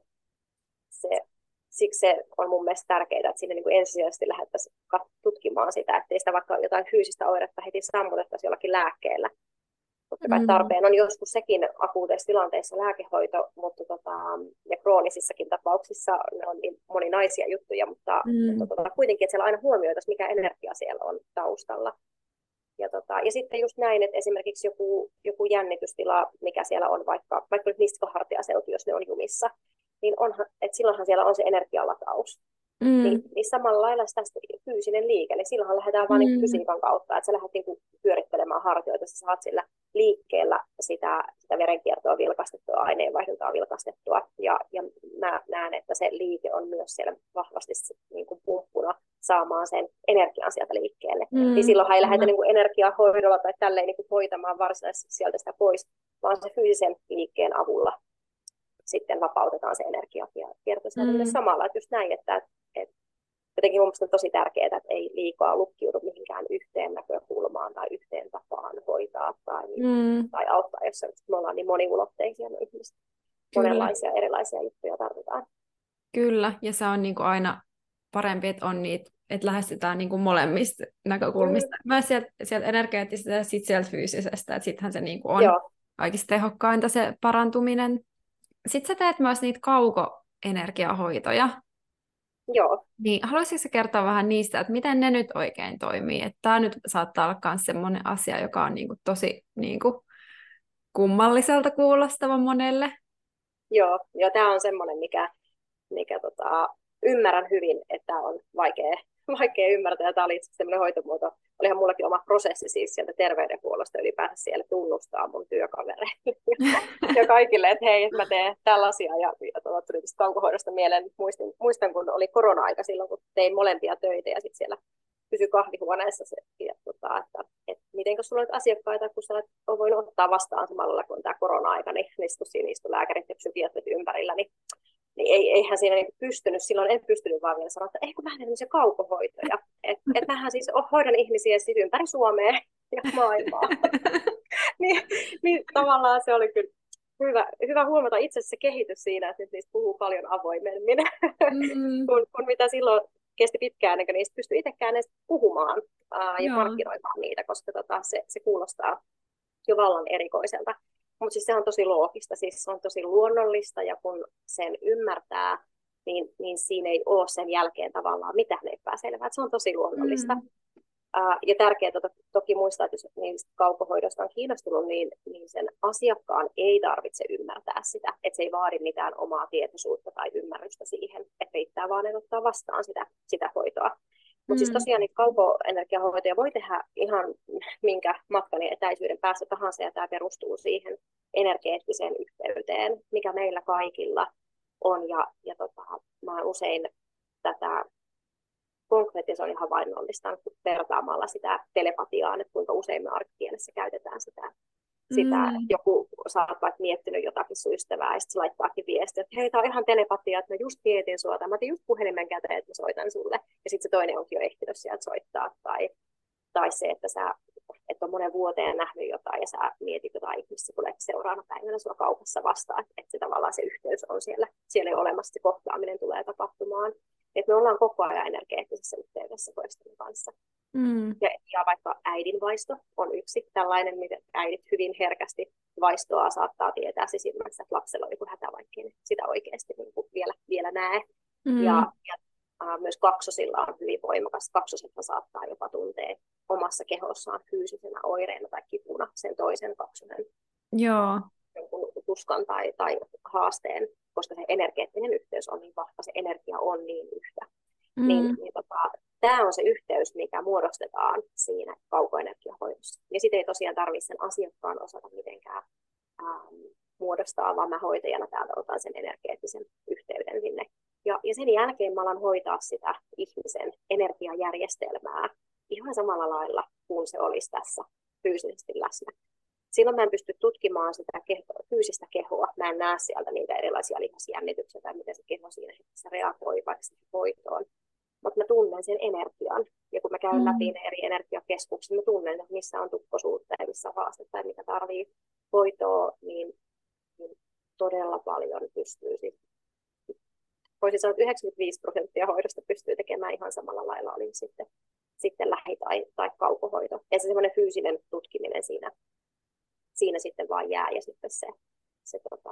se, siksi se on mun mielestä tärkeää, että sinne niin kuin ensisijaisesti lähdettäisiin tutkimaan sitä, ettei sitä vaikka jotain fyysistä oiretta heti sammutettaisiin jollakin lääkkeellä. Totta kai tarpeen on joskus sekin akuuteissa tilanteissa lääkehoito, mutta tota, ja kroonisissakin tapauksissa ne on niin moninaisia juttuja, mutta, mm. mutta tota, kuitenkin, että siellä aina huomioitaisiin, mikä energia siellä on taustalla. Ja, tota, ja sitten just näin, että esimerkiksi joku, joku jännitystila, mikä siellä on, vaikka, vaikka nyt niskahartiaseutu, jos ne on jumissa, niin onhan, että silloinhan siellä on se energialataus. Mm. Niin, niin samalla lailla tästä fyysinen liike, niin silloinhan lähdetään vaan mm. niin fysiikan kautta, että sä lähdet niin pyörittelemään hartioita, sä saat sillä liikkeellä sitä, sitä verenkiertoa vilkastettua, aineenvaihduntaa vilkastettua, ja, ja mä näen, että se liike on myös siellä vahvasti niin kuin pumppuna saamaan sen energian sieltä liikkeelle. Mm. Niin silloinhan ei lähdetä niin kuin energiahoidolla tai tälleen niin kuin hoitamaan varsinaisesti sieltä sitä pois, vaan se fyysisen liikkeen avulla sitten vapautetaan se energiakierto sieltä mm. samalla, että just näin, että jotenkin mun mielestä on tosi tärkeää, että ei liikaa lukkiudu mihinkään yhteen näkökulmaan tai yhteen tapaan hoitaa tai, mm. tai auttaa, jos me ollaan niin moniulotteisia me ihmiset. Kyllä. Monenlaisia erilaisia juttuja tarvitaan. Kyllä, ja se on niinku aina parempi, että on niitä, että lähestytään niinku molemmista näkökulmista. Mm. Myös sieltä, sieltä energeettisestä ja sitten sieltä fyysisestä, että sittenhän se niinku on Joo. kaikista tehokkainta se parantuminen. Sitten sä teet myös niitä kaukoenergiahoitoja. Joo. Niin, haluaisitko kertoa vähän niistä, että miten ne nyt oikein toimii? Että tämä nyt saattaa olla myös sellainen asia, joka on niinku tosi niinku kummalliselta kuulostava monelle. Joo, ja tämä on semmoinen, mikä, mikä tota, ymmärrän hyvin, että on vaikea, vaikea ymmärtää. Tämä oli itse sellainen hoitomuoto. Olihan mullakin oma prosessi siis sieltä terveydenhuollosta ylipäänsä siellä tunnustaa mun työkavereille ja kaikille, että hei, mä teen tällaisia. Ja, ja tuota, tuli tästä kaukohoidosta mieleen, muistin, muistan, kun oli korona-aika silloin, kun tein molempia töitä ja sitten siellä kysyi kahvihuoneessa se, ja, tota, että, että miten sulla on asiakkaita, kun sä oot voinut ottaa vastaan samalla, kun on tämä korona-aika, niin kun siinä istui lääkärit ja psykiatrit ympärillä, niin niin ei, eihän siinä niin pystynyt, silloin en pystynyt vaan vielä sanoa, että ei kun mä teen tämmöisiä kaukohoitoja. Että et mähän siis hoidan ihmisiä siis ympäri Suomea ja maailmaa. niin, niin tavallaan se oli kyllä hyvä, hyvä huomata itse asiassa se kehitys siinä, että nyt niistä puhuu paljon avoimemmin, mm. kun, kun mitä silloin kesti pitkään, ennen kuin niistä pystyi itsekään edes puhumaan ää, ja markkinoimaan niitä, koska tota, se, se kuulostaa jo vallan erikoiselta. Mutta siis se on tosi loogista, siis se on tosi luonnollista, ja kun sen ymmärtää, niin, niin siinä ei ole sen jälkeen tavallaan mitään epäselvää. Se on tosi luonnollista. Mm. Uh, ja tärkeää to, toki muistaa, että jos niistä kaukohoidosta on kiinnostunut, niin, niin sen asiakkaan ei tarvitse ymmärtää sitä. Että se ei vaadi mitään omaa tietoisuutta tai ymmärrystä siihen, että riittää vaan ottaa vastaan sitä, sitä hoitoa. Mutta mm. siis tosiaan niitä kaukoenergiahoitoja voi tehdä ihan minkä matkan ja etäisyyden päässä tahansa, ja tämä perustuu siihen energeettiseen yhteyteen, mikä meillä kaikilla on. Ja, ja tota, mä usein tätä konkreettisoin havainnollista vertaamalla sitä telepatiaan, että kuinka usein me arkikielessä käytetään sitä. sitä mm. Joku, sä oot vaikka miettinyt jotakin sun ystävää, ja sitten se laittaakin viestiä, että hei, tää on ihan telepatia, että mä just mietin sua, tai mä otin just puhelimen käteen, että mä soitan sulle, ja sitten se toinen onkin jo ehtinyt sieltä soittaa, tai, tai se, että sä et on monen vuoteen nähnyt jotain, ja sä mietit jotain ihmistä, kun seuraavana päivänä sua kaupassa vastaan, että, että se tavallaan se yhteys on siellä, siellä jo olemassa, se kohtaaminen tulee tapahtumaan. Että me ollaan koko ajan energeettisessä yhteydessä toistemme kanssa. Mm. Ja, ja vaikka äidinvaisto on yksi tällainen, mitä äidit hyvin herkästi vaistoa saattaa tietää sisimmässä, että lapsella on joku hätä, vaikka ei sitä oikeasti niin kuin vielä, vielä näe. Mm. Ja, ja äh, myös kaksosilla on hyvin voimakas. Kaksosethan saattaa jopa tuntea omassa kehossaan fyysisenä oireena tai kipuna sen toisen kaksosen Joo. tuskan tai, tai haasteen, koska se energeettinen yhteys on niin vahva, se energia on niin yhtä. Mm. Niin, niin tota, tämä on se yhteys, mikä muodostetaan siinä kaukoenergiahoidossa. Ja sitä ei tosiaan tarvitse sen asiakkaan osata mitenkään ähm, muodostaa, vaan mä hoitajana täältä otan sen energeettisen yhteyden sinne. Ja, ja sen jälkeen mä alan hoitaa sitä ihmisen energiajärjestelmää ihan samalla lailla kuin se olisi tässä fyysisesti läsnä. Silloin mä en pysty tutkimaan sitä keho, fyysistä kehoa. Mä en näe sieltä niitä erilaisia lihasjännityksiä tai miten se keho siinä hetkessä reagoi vaikka siihen hoitoon. Mutta mä tunnen sen energian. Ja kun mä käyn mm. läpi ne eri energiakeskuksia, mä tunnen, että missä on tukkosuutta ja missä on haastetta ja mikä tarvii hoitoa, niin, niin todella paljon pystyy. Voisin sanoa, että yhdeksänkymmentäviisi prosenttia hoidosta pystyy tekemään ihan samalla lailla, oli sitten, sitten lähi- tai, tai kaukohoito. Ja se semmoinen fyysinen tutkiminen siinä, siinä sitten vaan jää ja sitten se, se tota,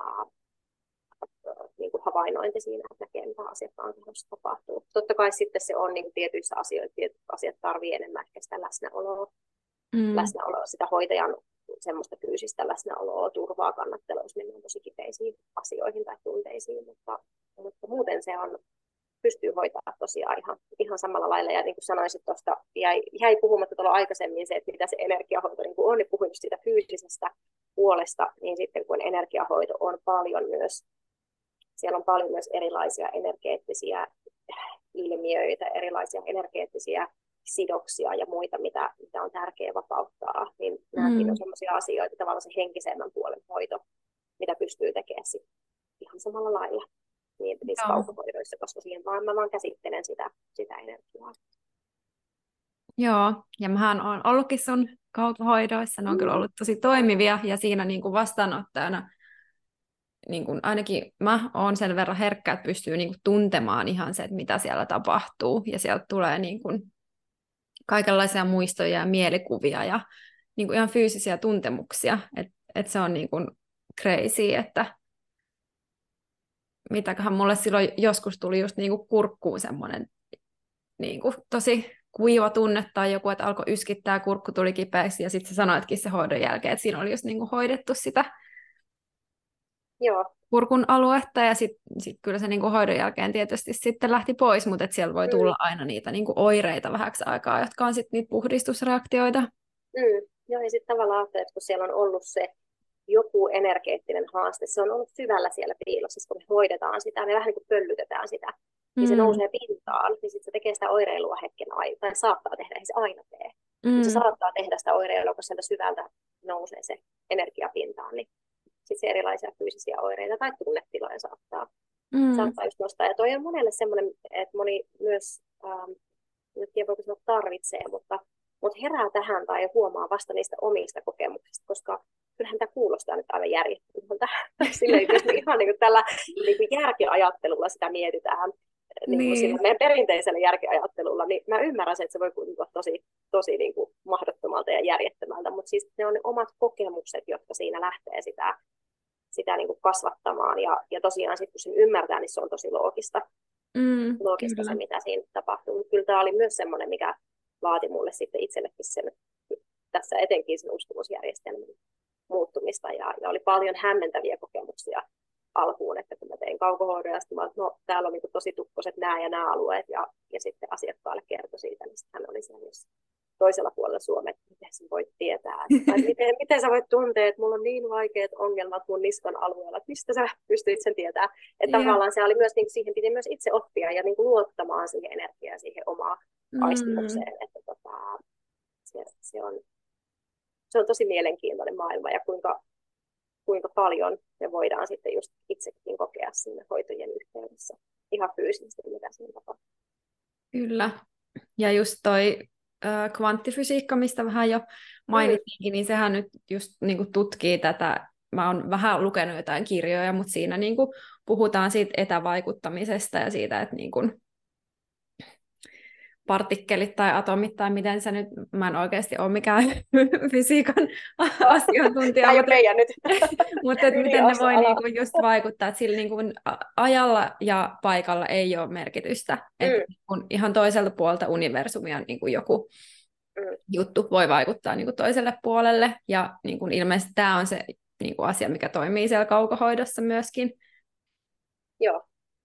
niin kuin havainnointi siinä, että näkee, mitä asiakkaan kehossa tapahtuu. Totta kai sitten se on niin kuin tietyissä asioissa, tietyt asiat tarvii enemmän ehkä sitä läsnäoloa, mm. läsnäoloa, sitä hoitajan semmoista fyysistä läsnäoloa, turvaa, kannattelua, jos mennään tosi kipeisiin asioihin tai tunteisiin, mutta, mutta muuten se on, pystyy hoitamaan tosiaan ihan, ihan samalla lailla. Ja niin kuin sanoisin tuosta, jäi, jäi puhumatta tuolla aikaisemmin se, että mitä se energiahoito niin kuin on, niin puhuin siitä fyysisestä puolesta, niin sitten kun energiahoito on paljon myös, siellä on paljon myös erilaisia energeettisiä ilmiöitä, erilaisia energeettisiä sidoksia ja muita, mitä, mitä on tärkeää vapauttaa, niin mm. nämäkin on sellaisia asioita, tavallaan se henkisemmän puolen hoito, mitä pystyy tekemään sit ihan samalla lailla niin, niissä kaukohoidoissa, koska siihen vaan, mä vaan käsittelen sitä, sitä energiaa. Joo, ja mähän olen ollutkin sun kaukohoidoissa, ne on mm. kyllä ollut tosi toimivia, ja siinä niin kuin vastaanottajana niin kuin ainakin mä oon sen verran herkkä, että pystyy niin kuin tuntemaan ihan se, että mitä siellä tapahtuu, ja sieltä tulee niin kuin kaikenlaisia muistoja ja mielikuvia ja niin kuin ihan fyysisiä tuntemuksia, että et se on niin kuin crazy, että mitäköhän mulle silloin joskus tuli just niin kuin kurkkuun semmoinen niin kuin tosi kuiva tunne tai joku, että alkoi yskittää, kurkku tuli kipeäksi ja sitten sä sanoitkin se hoidon jälkeen, että siinä oli just niin kuin hoidettu sitä Joo. kurkun aluetta ja sitten sit kyllä se niin kuin hoidon jälkeen tietysti sitten lähti pois, mutta että siellä voi tulla mm. aina niitä niin kuin oireita vähäksi aikaa, jotka on sitten niitä puhdistusreaktioita. Mm. Joo, ja sitten tavallaan, että kun siellä on ollut se joku energeettinen haaste, se on ollut syvällä siellä piilossa, siis kun me hoidetaan sitä, me vähän niin kuin pöllytetään sitä, niin mm. se nousee pintaan, niin sitten se tekee sitä oireilua hetken aikaa, tai saattaa tehdä, ei se aina tee. Mm. Mutta se saattaa tehdä sitä oireilua, kun sieltä syvältä nousee se energia pintaan, niin sitten se erilaisia fyysisiä oireita tai tunnetiloja saattaa, mm. saattaa just nostaa. Ja toi on monelle semmoinen, että moni myös, ähm, en tiedä voiko sanoa tarvitsee, mutta, mutta herää tähän tai huomaa vasta niistä omista kokemuksista, koska kyllähän tämä kuulostaa nyt aivan järjettömältä. Silleen, jos me ihan niin kuin tällä niin kuin järkiajattelulla sitä mietitään, niin kuin niin. meidän perinteisellä järkiajattelulla, niin mä ymmärrän sen, että se voi tuntua tosi, tosi niin kuin mahdottomalta ja järjettömältä, mutta siis ne on ne omat kokemukset, jotka siinä lähtee sitä, sitä niin kuin kasvattamaan. Ja, ja tosiaan sitten kun sen ymmärtää, niin se on tosi loogista, mm, loogista kyllä. Se, mitä siinä tapahtuu. Mutta kyllä tämä oli myös semmoinen, mikä vaati mulle sitten itsellekin sen, tässä etenkin sen uskomusjärjestelmän muuttumista. Ja, ja oli paljon hämmentäviä kokemuksia alkuun, että kun mä tein kaukohoidon ja sitten mä, no täällä on niin tosi tukkoset nämä ja nämä alueet ja, ja sitten asiakkaalle kertoi siitä, niin hän oli siellä toisella puolella Suomea, että miten sä voit tietää, että miten, miten sä voit tuntea, että mulla on niin vaikeat ongelmat mun niskan alueella, että mistä sä pystyit sen tietää. Että yeah. tavallaan se oli myös, niin siihen piti myös itse oppia ja niin kuin luottamaan siihen energiaan, siihen omaan mm. aistimukseen, että tota, se, se, on, se on tosi mielenkiintoinen maailma ja kuinka kuinka paljon me voidaan sitten just itsekin kokea siinä hoitojen yhteydessä ihan fyysisesti, mitä siinä tapahtuu. Kyllä. Ja just toi äh, kvanttifysiikka, mistä vähän jo mainittiinkin, mm. niin sehän nyt just niin kuin tutkii tätä. Mä oon vähän lukenut jotain kirjoja, mutta siinä niin kuin puhutaan siitä etävaikuttamisesta ja siitä, että niin kuin partikkelit tai atomit tai miten se nyt, mä en oikeasti ole mikään fysiikan Oh, asiantuntija, tämä ei ole mutta, meidän nyt mutta et miten ne voi ydinaseala. niinku just vaikuttaa, että sillä niinku ajalla ja paikalla ei ole merkitystä, että Mm, kun ihan toiselta puolelta universumia niinku joku mm, juttu voi vaikuttaa niinku toiselle puolelle, ja niinku ilmeisesti tämä on se niinku asia, mikä toimii siellä kaukohoidossa myöskin. joo.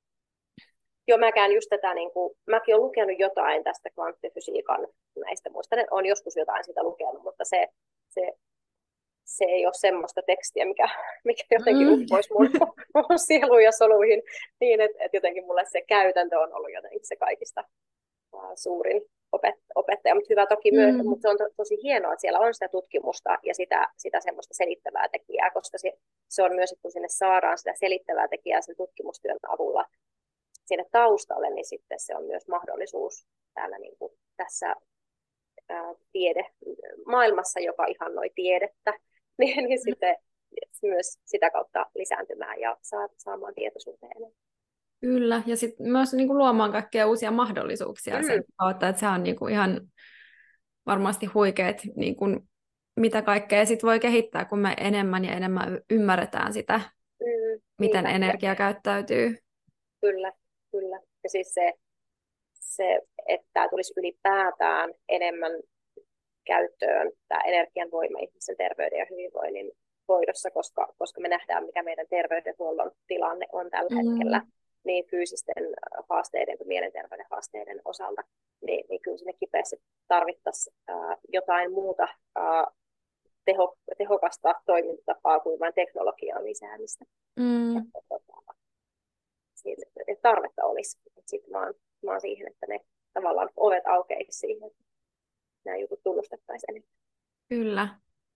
Joo, mäkään just tätä, niin kuin, mäkin olen lukenut jotain tästä kvanttifysiikan näistä, muistan, että olen joskus jotain sitä lukenut, mutta se, se, se ei ole semmoista tekstiä, mikä, mikä jotenkin Mm. uppoisi mun, mun sieluun ja soluihin, niin että, että jotenkin mulle se käytäntö on ollut jotenkin se kaikista uh, suurin opet, opettaja, mutta hyvä toki myös, Mm. mutta se on to, tosi hienoa, että siellä on sitä tutkimusta ja sitä, sitä semmoista selittävää tekijää, koska se, se on myös, että kun sinne saadaan sitä selittävää tekijää sen tutkimustyön avulla, sinne taustalle, niin sitten se on myös mahdollisuus täällä niin kuin tässä ää, tiede maailmassa, joka ihannoi tiedettä, niin, niin sitten myös sitä kautta lisääntymään ja saa, saamaan tietoisuuteen enemmän. Kyllä, ja sitten myös niin kuin luomaan kaikkea uusia mahdollisuuksia Mm. sen kautta, että se on niin kuin ihan varmasti huikeet, niin kuin, mitä kaikkea sit voi kehittää, kun me enemmän ja enemmän ymmärretään sitä, Mm. miten Niinpä. energia käyttäytyy. Kyllä, kyllä. Ja siis se, se että tämä tulisi ylipäätään enemmän käyttöön, tämä energian voima ihmisen terveyden ja hyvinvoinnin hoidossa, koska, koska me nähdään, mikä meidän terveydenhuollon tilanne on tällä Mm. hetkellä, niin fyysisten haasteiden kuin mielenterveyden haasteiden osalta, niin, niin kyllä sinne kipeästi tarvittaisiin ää, jotain muuta ää, teho, tehokasta toimintatapaa kuin vain teknologian lisäämistä. Mm. Että, tota, siitä, että tarvetta olisi. Sitten mä, mä oon siihen, että ne tavallaan ovet aukeisi siihen, että nämä jutut tunnustettaisiin enemmän. Kyllä.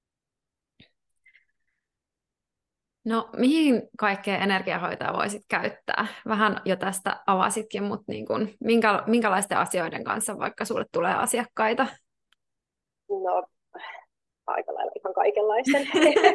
No, mihin kaikkea energiahoitoa voisit käyttää? Vähän jo tästä avasitkin, mutta niin kun, minkä, minkälaisten asioiden kanssa vaikka sulle tulee asiakkaita? No, aika lailla ihan kaikenlaisten,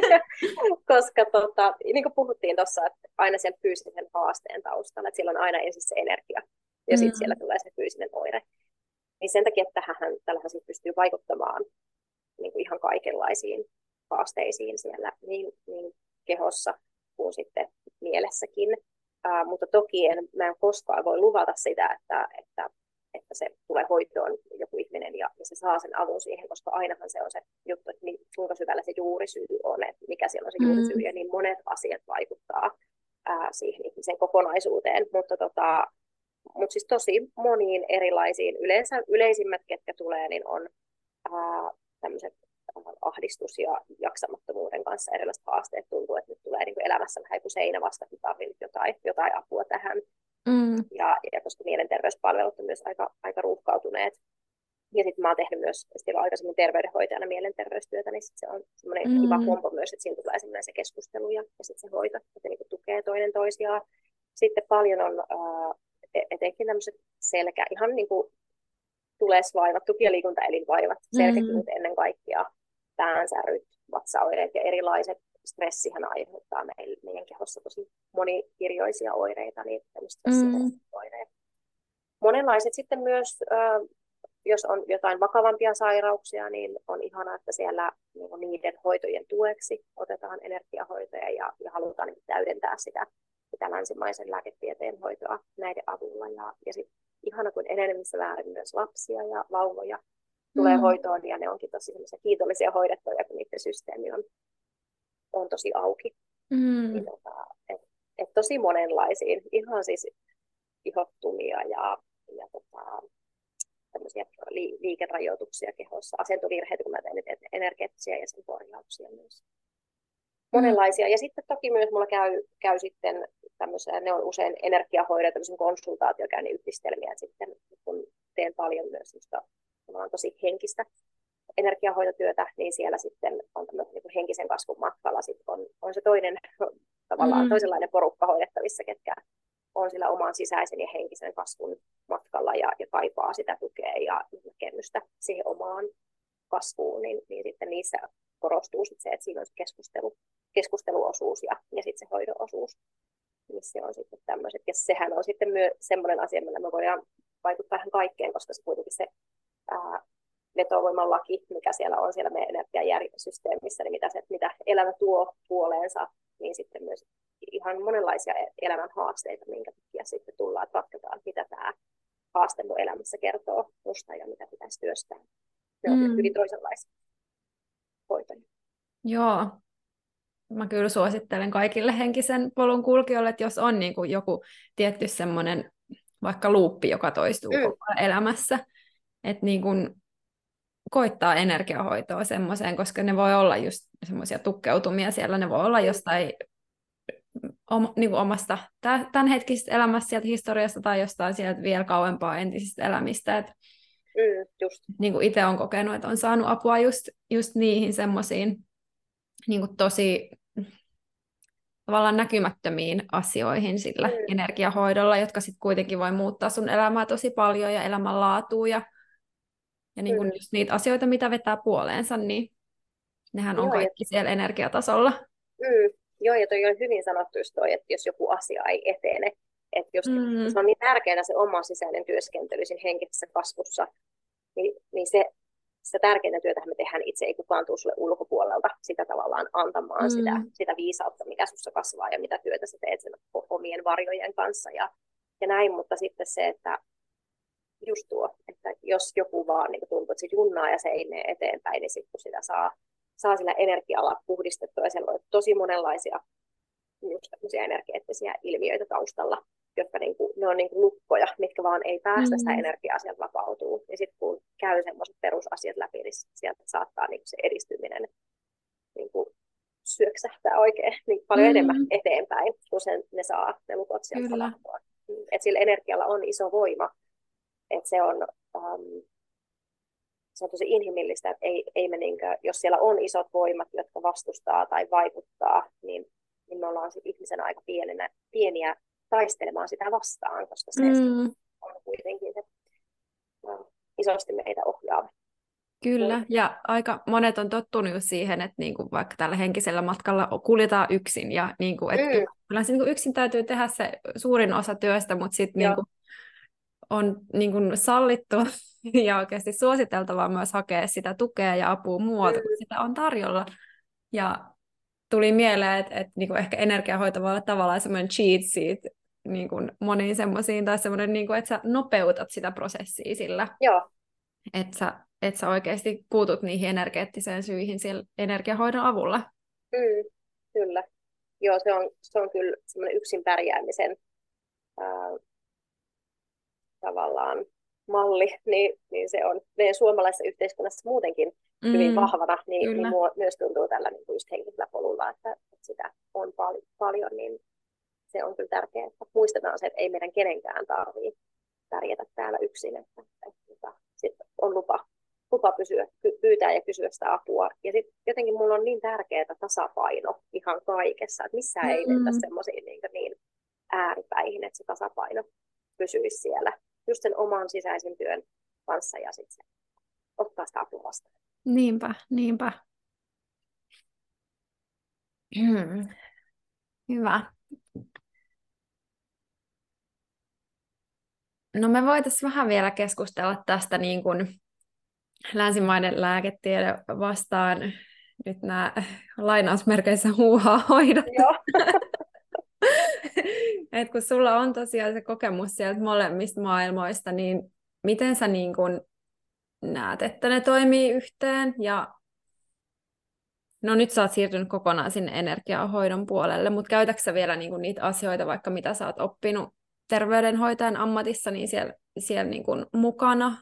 koska tota, niin kuin puhuttiin tuossa, että aina sen fyysisen haasteen taustalla, että siellä on aina ensin se energia ja Mm. sitten siellä tulee se fyysinen oire. Niin sen takia, että tähän, tällähän sit pystyy vaikuttamaan niin kuin ihan kaikenlaisiin haasteisiin siellä niin, niin kehossa kuin sitten mielessäkin. Uh, mutta toki en, mä en koskaan voi luvata sitä, että, että, että se tulee hoitoon joku ihminen ja, ja se saa sen avun siihen, koska ainahan se on se juttu, että kuinka syvällä se juurisyy on, että mikä siellä on se juurisyy, Mm. ja niin monet asiat vaikuttaa uh, siihen ihmisen kokonaisuuteen. Mutta tota, mut siis tosi moniin erilaisiin, yleensä yleisimmät, ketkä tulee, niin on uh, tämmöiset ahdistus ja jaksamattomuuden kanssa erilaiset haasteet. Tuntuu, että nyt tulee niin kuin elämässä vähän kuin seinä vasta, että tarvitsen jotain, jotain apua tähän. Mm. Ja, ja koska mielenterveyspalvelut on myös aika, aika ruuhkautuneet. Ja sitten mä oon tehnyt myös aikaisemmin terveydenhoitajana mielenterveystyötä, niin sit se on semmoinen Mm. kiva kompo myös, että siinä tulee semmoinen se keskustelu ja, ja sitten se hoito, että se niin kuin tukee toinen toisiaan. Sitten paljon on ää, etenkin tämmöiset selkä, ihan niin kuin tulesvaivat, tuki- ja liikuntaelinvaivat, selkäkivut Mm. ennen kaikkea, päänsäryt, vatsaoireet ja erilaiset. Stressihän aiheuttaa meidän kehossa tosi monikirjoisia oireita, niin tämmöiset stressioireet. Mm. Monenlaiset sitten myös, jos on jotain vakavampia sairauksia, niin on ihanaa, että siellä niiden hoitojen tueksi otetaan energiahoitoja ja, ja halutaan täydentää sitä, sitä länsimaisen lääketieteen hoitoa näiden avulla. Ja, ja sitten ihana, kun enenevissä väärin myös lapsia ja vauvoja tulee mm. hoitoon, ja ne onkin tosi kiitollisia hoidettuja, kun niiden systeemi on, on tosi auki. Mm. Niin, tota, et, et tosi monenlaisiin, ihan siis ihottumia ja, ja tota, tämmöisiä li, liikerajoituksia kehossa, asentovirheitä, kun mä teen nyt energeettisiä ja sen korjauksia myös. Monenlaisia. Mm. Ja sitten toki myös mulla käy, käy sitten tämmöisiä, ne on usein energiahoidon, tämmöisen konsultaatiokäynnin yhdistelmiä, sitten kun teen paljon myös sellaista tosi henkistä energiahoitotyötä, niin siellä sitten on tämmöinen niin henkisen kasvun matkalla, sitten on, on se toinen tavallaan mm. toisenlainen porukka hoidettavissa, ketkä on sillä oman sisäisen ja henkisen kasvun matkalla ja, ja kaipaa sitä tukea ja näkemystä siihen omaan kasvuun, niin, niin sitten niissä korostuu sit se, että siinä on se keskustelu, keskusteluosuus ja, ja sitten se hoidon osuus, missä on sitten tämmöiset. Ja sehän on sitten myös semmoinen asia, millä me voidaan vaikuttaa ihan kaikkeen, koska se kuitenkin se ää, vetovoiman laki, mikä siellä on siellä meidän energiajärjestelmissä, niin mitä, se, mitä elämä tuo puoleensa, niin sitten myös ihan monenlaisia elämän haasteita, minkä takia sitten tullaan, että ratkataan, mitä tämä haaste mun elämässä kertoo musta ja mitä pitäisi työstää. Ne on Mm. hyvin toisenlaisia hoitoja. Joo. Mä kyllä suosittelen kaikille henkisen polun kulkijoille, että jos on niin kuin joku tietty semmoinen vaikka luuppi, joka toistuu mm. koko ajan elämässä, että niin kuin koittaa energiahoitoa semmoiseen, koska ne voi olla just semmoisia tukkeutumia siellä, ne voi olla jostain om, niin kuin omasta tämänhetkisestä elämästä, sieltä historiasta tai jostain sieltä vielä kauempaa entisistä elämistä. Et, mm, just. Niin kuin itse olen kokenut, että on saanut apua just, just niihin semmoisiin niin kuin tosi tavallaan näkymättömiin asioihin sillä mm. energiahoidolla, jotka sitten kuitenkin voi muuttaa sun elämää tosi paljon ja elämänlaatua ja, ja niin kuin mm. just niitä asioita, mitä vetää puoleensa, niin nehän on Joo, kaikki ja... siellä energiatasolla. Mm. Joo, ja toi on hyvin sanottu just toi, että jos joku asia ei etene, että jos mm. se on niin tärkeää se oma sisäinen työskentely siinä henkisessä kasvussa, niin, niin se, sitä tärkeintä työtä me tehdään itse, ei kukaan tule sulle ulkopuolelta sitä tavallaan antamaan mm. sitä, sitä viisautta, mikä sussa kasvaa ja mitä työtä sä teet sen omien varjojen kanssa ja, ja näin, mutta sitten se, että just tuo, että jos joku vaan niin tuntuu, että se junnaa ja se ei mene eteenpäin, niin sitten kun sitä saa, saa sillä energialla puhdistettua ja siellä on tosi monenlaisia just tämmöisiä energeettisiä ilmiöitä taustalla, jotka niinku, ne on niinku lukkoja, mitkä vaan ei päästä mm. sitä energiaa sieltä vapautuu. Ja sitten kun käy semmoiset perusasiat läpi, niin sieltä saattaa niinku se edistyminen niinku syöksähtää oikein niin paljon mm. enemmän eteenpäin, kun sen, ne saa ne lukot sieltä tapahtua. Et sillä energialla on iso voima. Et se on... Um, Se on tosi inhimillistä, että ei, ei me niinkö, jos siellä on isot voimat, jotka vastustaa tai vaikuttaa, niin, niin me ollaan sit ihmisen aika pienenä, pieniä taistelemaan sitä vastaan, koska se mm. on kuitenkin se no, isosti meitä ohjaava. Kyllä, ja aika monet on tottunut just siihen, että niinku vaikka tällä henkisellä matkalla kuljetaan yksin, ja niinku, että mm. kyllä se niinku yksin täytyy tehdä se suurin osa työstä, mutta sitten niinku on niinku sallittu ja oikeasti suositeltavaa myös hakea sitä tukea ja apua muualta, kun sitä on tarjolla. Ja tuli mieleen, että, että niin kuin ehkä energiahoito voi olla tavallaan semmoinen cheat sheet niin kuin moniin semmoisiin, tai semmoinen, niin kuin, että sä nopeutat sitä prosessia sillä, Joo. Että, sä, että sä oikeasti puutut niihin energeettiseen syihin siellä energiahoidon avulla. Mm, kyllä. Joo, se on, se on kyllä semmoinen yksin pärjäämisen ää, tavallaan malli, niin, niin se on meidän suomalaisessa yhteiskunnassa muutenkin mm, hyvin vahvana, niin, niin mua, myös tuntuu tällä niin just henkisellä polulla, että, että sitä on pal- paljon, niin se on kyllä tärkeää, että muistetaan se, että ei meidän kenenkään tarvitse pärjätä täällä yksin, että, että, että sitten on lupa, lupa pysyä, pyytää ja kysyä sitä apua. Ja sitten jotenkin mulla on niin tärkeää tasapaino ihan kaikessa, että missään mm. ei mentä semmoisiin niin, niin ääripäihin, että se tasapaino pysyisi siellä just sen oman sisäisen työn kanssa ja sitten ottaa sitä apua vastaan. Niinpä, niinpä. Hmm. Hyvä. No me voitaisiin vähän vielä keskustella tästä niin kuin länsimaiden lääketiede vastaan nyt nämä lainausmerkeissä huuhaa-hoidot. Joo. Et kun sulla on tosiaan se kokemus sieltä molemmista maailmoista, niin miten sä niin kun näet, että ne toimii yhteen? Ja no nyt sä oot siirtynyt kokonaan sinne energiahoidon puolelle, mutta käytätkö sä vielä niin kun niitä asioita, vaikka mitä sä oot oppinut terveydenhoitajan ammatissa, niin siellä, siellä niin kun mukana?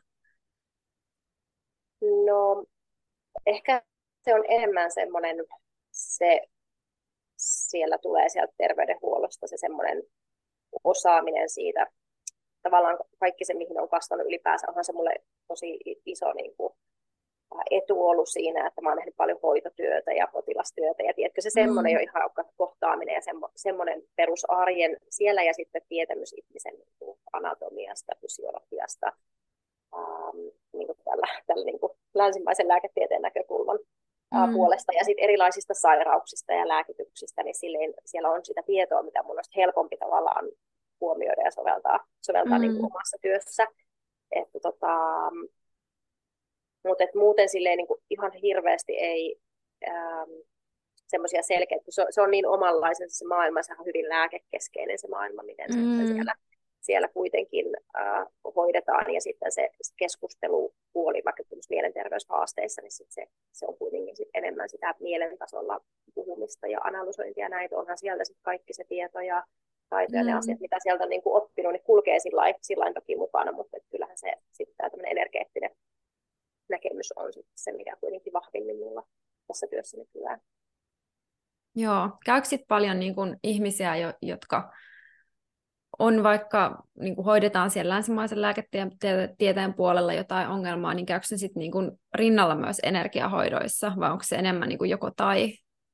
No ehkä se on enemmän semmoinen, se siellä tulee sieltä terveydenhuollosta se semmoinen osaaminen siitä, tavallaan kaikki se, mihin on kasvanut ylipäänsä, onhan se mulle tosi iso niin kuin, etu ollut siinä, että mä oon nähnyt paljon hoitotyötä ja potilastyötä, ja tiedätkö, se semmoinen mm. jo ihan kohtaaminen ja semmo, semmoinen perusarjen siellä, ja sitten tietämys ihmisen niin kuin, anatomiasta, fysiologiasta, ähm, niin kuin tällä, tällä niin kuin, länsimaisen lääketieteen näkökulman mm. puolesta, ja sitten erilaisista sairauksista ja lääkityksistä, niin silleen, siellä on sitä tietoa, mitä mun on helpompi tavallaan huomioida ja soveltaa, soveltaa mm. niin kuin omassa työssä. että tota, mutta et muuten silleen niin kuin ihan hirveästi ei ähm, semmoisia selkeitä, se, se on niin omanlaisensa se maailma, sehän on hyvin lääkekeskeinen se maailma, miten se, se Mm. siellä, siellä kuitenkin äh, hoidetaan, ja sitten se, se keskustelupuoli vaikka mielenterveyshaasteissa, niin sit se, se on kuitenkin sit enemmän sitä mielentasolla puhumista ja analysointia näitä, onhan sieltä sit kaikki se tieto ja taito ja ne Mm. asiat, mitä sieltä on niin kuin oppinut, niin kulkee sillä toki mukana, mutta kyllähän se sitten tämmöinen energeettinen näkemys on sitten se, mikä kuitenkin vahvimmin minulla tässä työssä nykyään. Joo, käykö sit paljon niin kun ihmisiä, jo, jotka on vaikka, niin kun hoidetaan siellä länsimaisen lääketieteen puolella jotain ongelmaa, niin käykö se sitten niin kun rinnalla myös energiahoidoissa, vai onko se enemmän niin kun joko tai?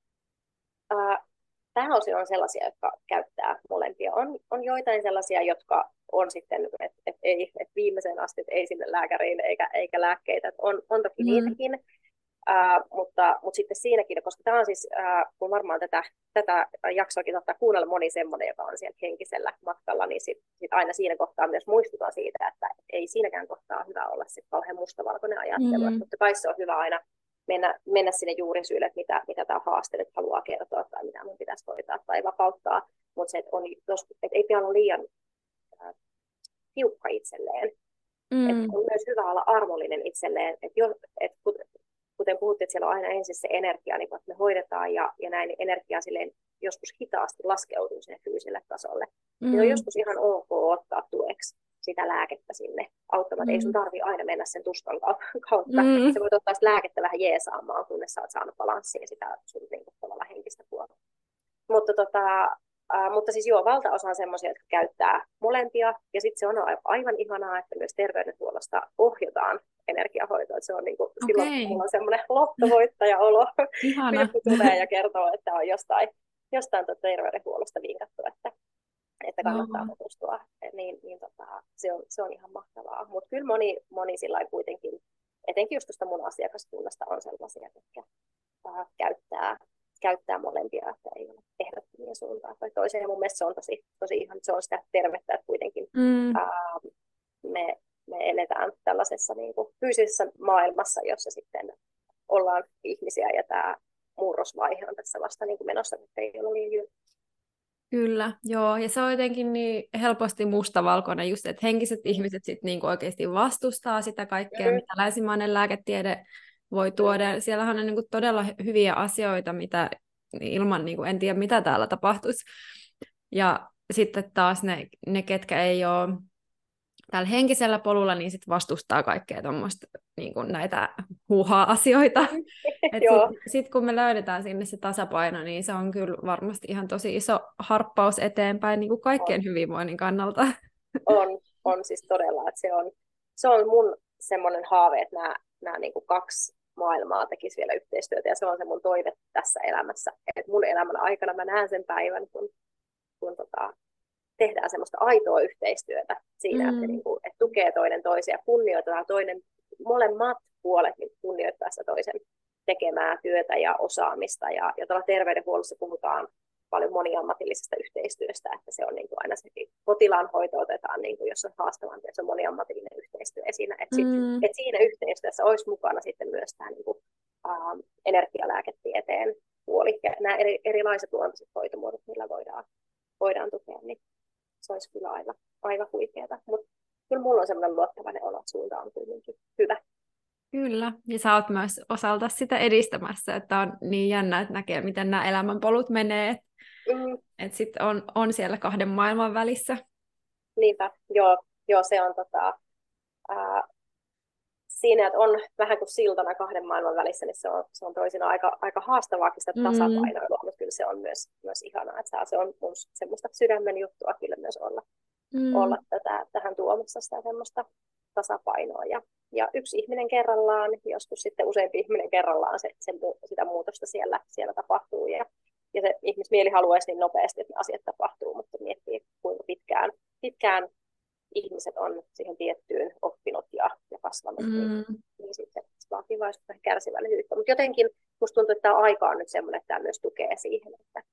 Pääosin on sellaisia, jotka käyttää molempia. On, on joitain sellaisia, jotka on sitten, että et ei, et viimeiseen asti et ei sinne lääkäriin eikä, eikä lääkkeitä. Et on, on toki mm. niitäkin, uh, mutta, mutta sitten siinäkin, koska tämä on siis, uh, kun varmaan tätä, tätä jaksoakin saattaa kuunnella moni semmoinen, joka on siellä henkisellä matkalla, niin sitten sit aina siinä kohtaa myös muistutaan siitä, että ei siinäkään kohtaa hyvä olla se kauhean mustavalkoinen ajattelu. Mm. Mutta kai se on hyvä aina Mennä, mennä sinne juurisyille, että mitä, mitä tämä haaste nyt haluaa kertoa tai mitä mun pitäisi hoitaa tai vapauttaa, mutta se, että, on, että ei pidä olla liian äh, tiukka itselleen. Mm. Että on myös hyvä olla armollinen itselleen, että jo, että kuten puhuttiin, että siellä on aina ensin se energia, niin kun me hoidetaan ja, ja näin, niin energia silleen joskus hitaasti laskeutuu sinne fyysiselle tasolle. Mm. Ja on joskus ihan ok ottaa tueksi sitä lääkettä sinne auttamaan. Mm. Ei sun tarvitse aina mennä sen tuskan kautta. Mm. Se voit ottaa sitä lääkettä vähän jeesaamaan, kunnes sä oot saanut balanssiin sitä sun niin tavalla henkistä puolta. Mutta, tota, äh, mutta siis joo, valtaosa on semmoisia, jotka käyttää molempia. Ja sitten se on aivan ihanaa, että myös terveydenhuollosta ohjataan energiahoitoa. Se on niin kuin, okay. Silloin mulla on semmoinen lottovoittaja-olo. Joku tulee ja kertoo, että on jostain, jostain terveydenhuollosta vinkattu, että että kannattaa no. tutustua, niin, niin tota, se, on, se on ihan mahtavaa. Mutta kyllä moni, moni sillä kuitenkin, etenkin just tuosta mun asiakaskunnasta on sellaisia, jotka äh, käyttää, käyttää molempia, että ei ole ehdottomia suuntaan tai toiseen. Mun mielestä se on tosi, tosi ihan, se on sitä tervettä, että kuitenkin mm. äh, me, me eletään tällaisessa niin kuin fyysisessä maailmassa, jossa sitten ollaan ihmisiä ja tämä murrosvaihe on tässä vasta niin kuin menossa, että ei ole niin Kyllä, joo. Ja se on jotenkin niin helposti mustavalkoinen just, että henkiset ihmiset sit niinku oikeasti vastustaa sitä kaikkea, mm-hmm. mitä länsimainen lääketiede voi tuoda. Mm-hmm. Siellähän on niinku todella hyviä asioita, mitä ilman, niinku, en tiedä mitä täällä tapahtuisi. Ja sitten taas ne, ne ketkä ei ole tällä henkisellä polulla, niin sit vastustaa kaikkea tuommoista niin kuin näitä huuhaa-asioita. Sitten sit, kun me löydetään sinne se tasapaino, niin se on kyllä varmasti ihan tosi iso harppaus eteenpäin niin kuin kaikkien on. Hyvinvoinnin kannalta. On, on siis todella. Että se, on, se on mun semmoinen haave, että nämä, nämä niin kuin kaksi maailmaa tekisi vielä yhteistyötä, ja se on se mun toive tässä elämässä. Että mun elämän aikana mä näen sen päivän, kun, kun tota, tehdään semmoista aitoa yhteistyötä siinä, mm. että, niin kuin, että tukee toinen toisia, kunnioitetaan toinen, molemmat puolet niin kunnioittaa sitä toisen tekemää työtä ja osaamista. Ja, ja tuolla terveydenhuollossa puhutaan paljon moniammatillisesta yhteistyöstä, että se on niin kuin aina se potilaan hoito otetaan, niin kuin jos on haastavampi, että se on moniammatillinen yhteistyö siinä. Että, sit, mm. että siinä yhteistyössä olisi mukana sitten myös tämä niin kuin, ähm, energialääketieteen puoli ja nämä eri, erilaiset luontaiset hoitomuodot, millä voidaan, voidaan tukea, niin se olisi kyllä aivan, aivan huikeata. Mutta kyllä mulla on sellainen luottavainen olo, että suunta on kuitenkin hyvä. Kyllä, ja sä oot myös osalta sitä edistämässä, että on niin jännä, että näkee, miten nämä elämänpolut menee, mm. että sitten on, on siellä kahden maailman välissä. Niinpä, joo, joo se on tota, ää, siinä, että on vähän kuin siltana kahden maailman välissä, niin se on, se on toisinaan aika, aika haastavaakin sitä tasapainoilua, mm. mutta kyllä se on myös, myös ihanaa, että saa, se on mun semmoista sydämen juttua kyllä myös olla, mm. olla tätä, tähän tuomassa sitä semmoista tasapainoa. Ja, ja yksi ihminen kerrallaan, joskus sitten useampi ihminen kerrallaan se, se, sitä muutosta siellä, siellä tapahtuu. Ja, ja se ihmismieli haluaisi niin nopeasti, että ne asiat tapahtuu, mutta miettii kuinka pitkään, pitkään ihmiset on siihen tiettyyn oppinut ja, ja kasvanut, mm. niin, niin sitten se vaatii vain kärsivällisyyttä. Mutta jotenkin musta tuntuu, että tämä aika on nyt semmoinen, että tämä myös tukee siihen, että,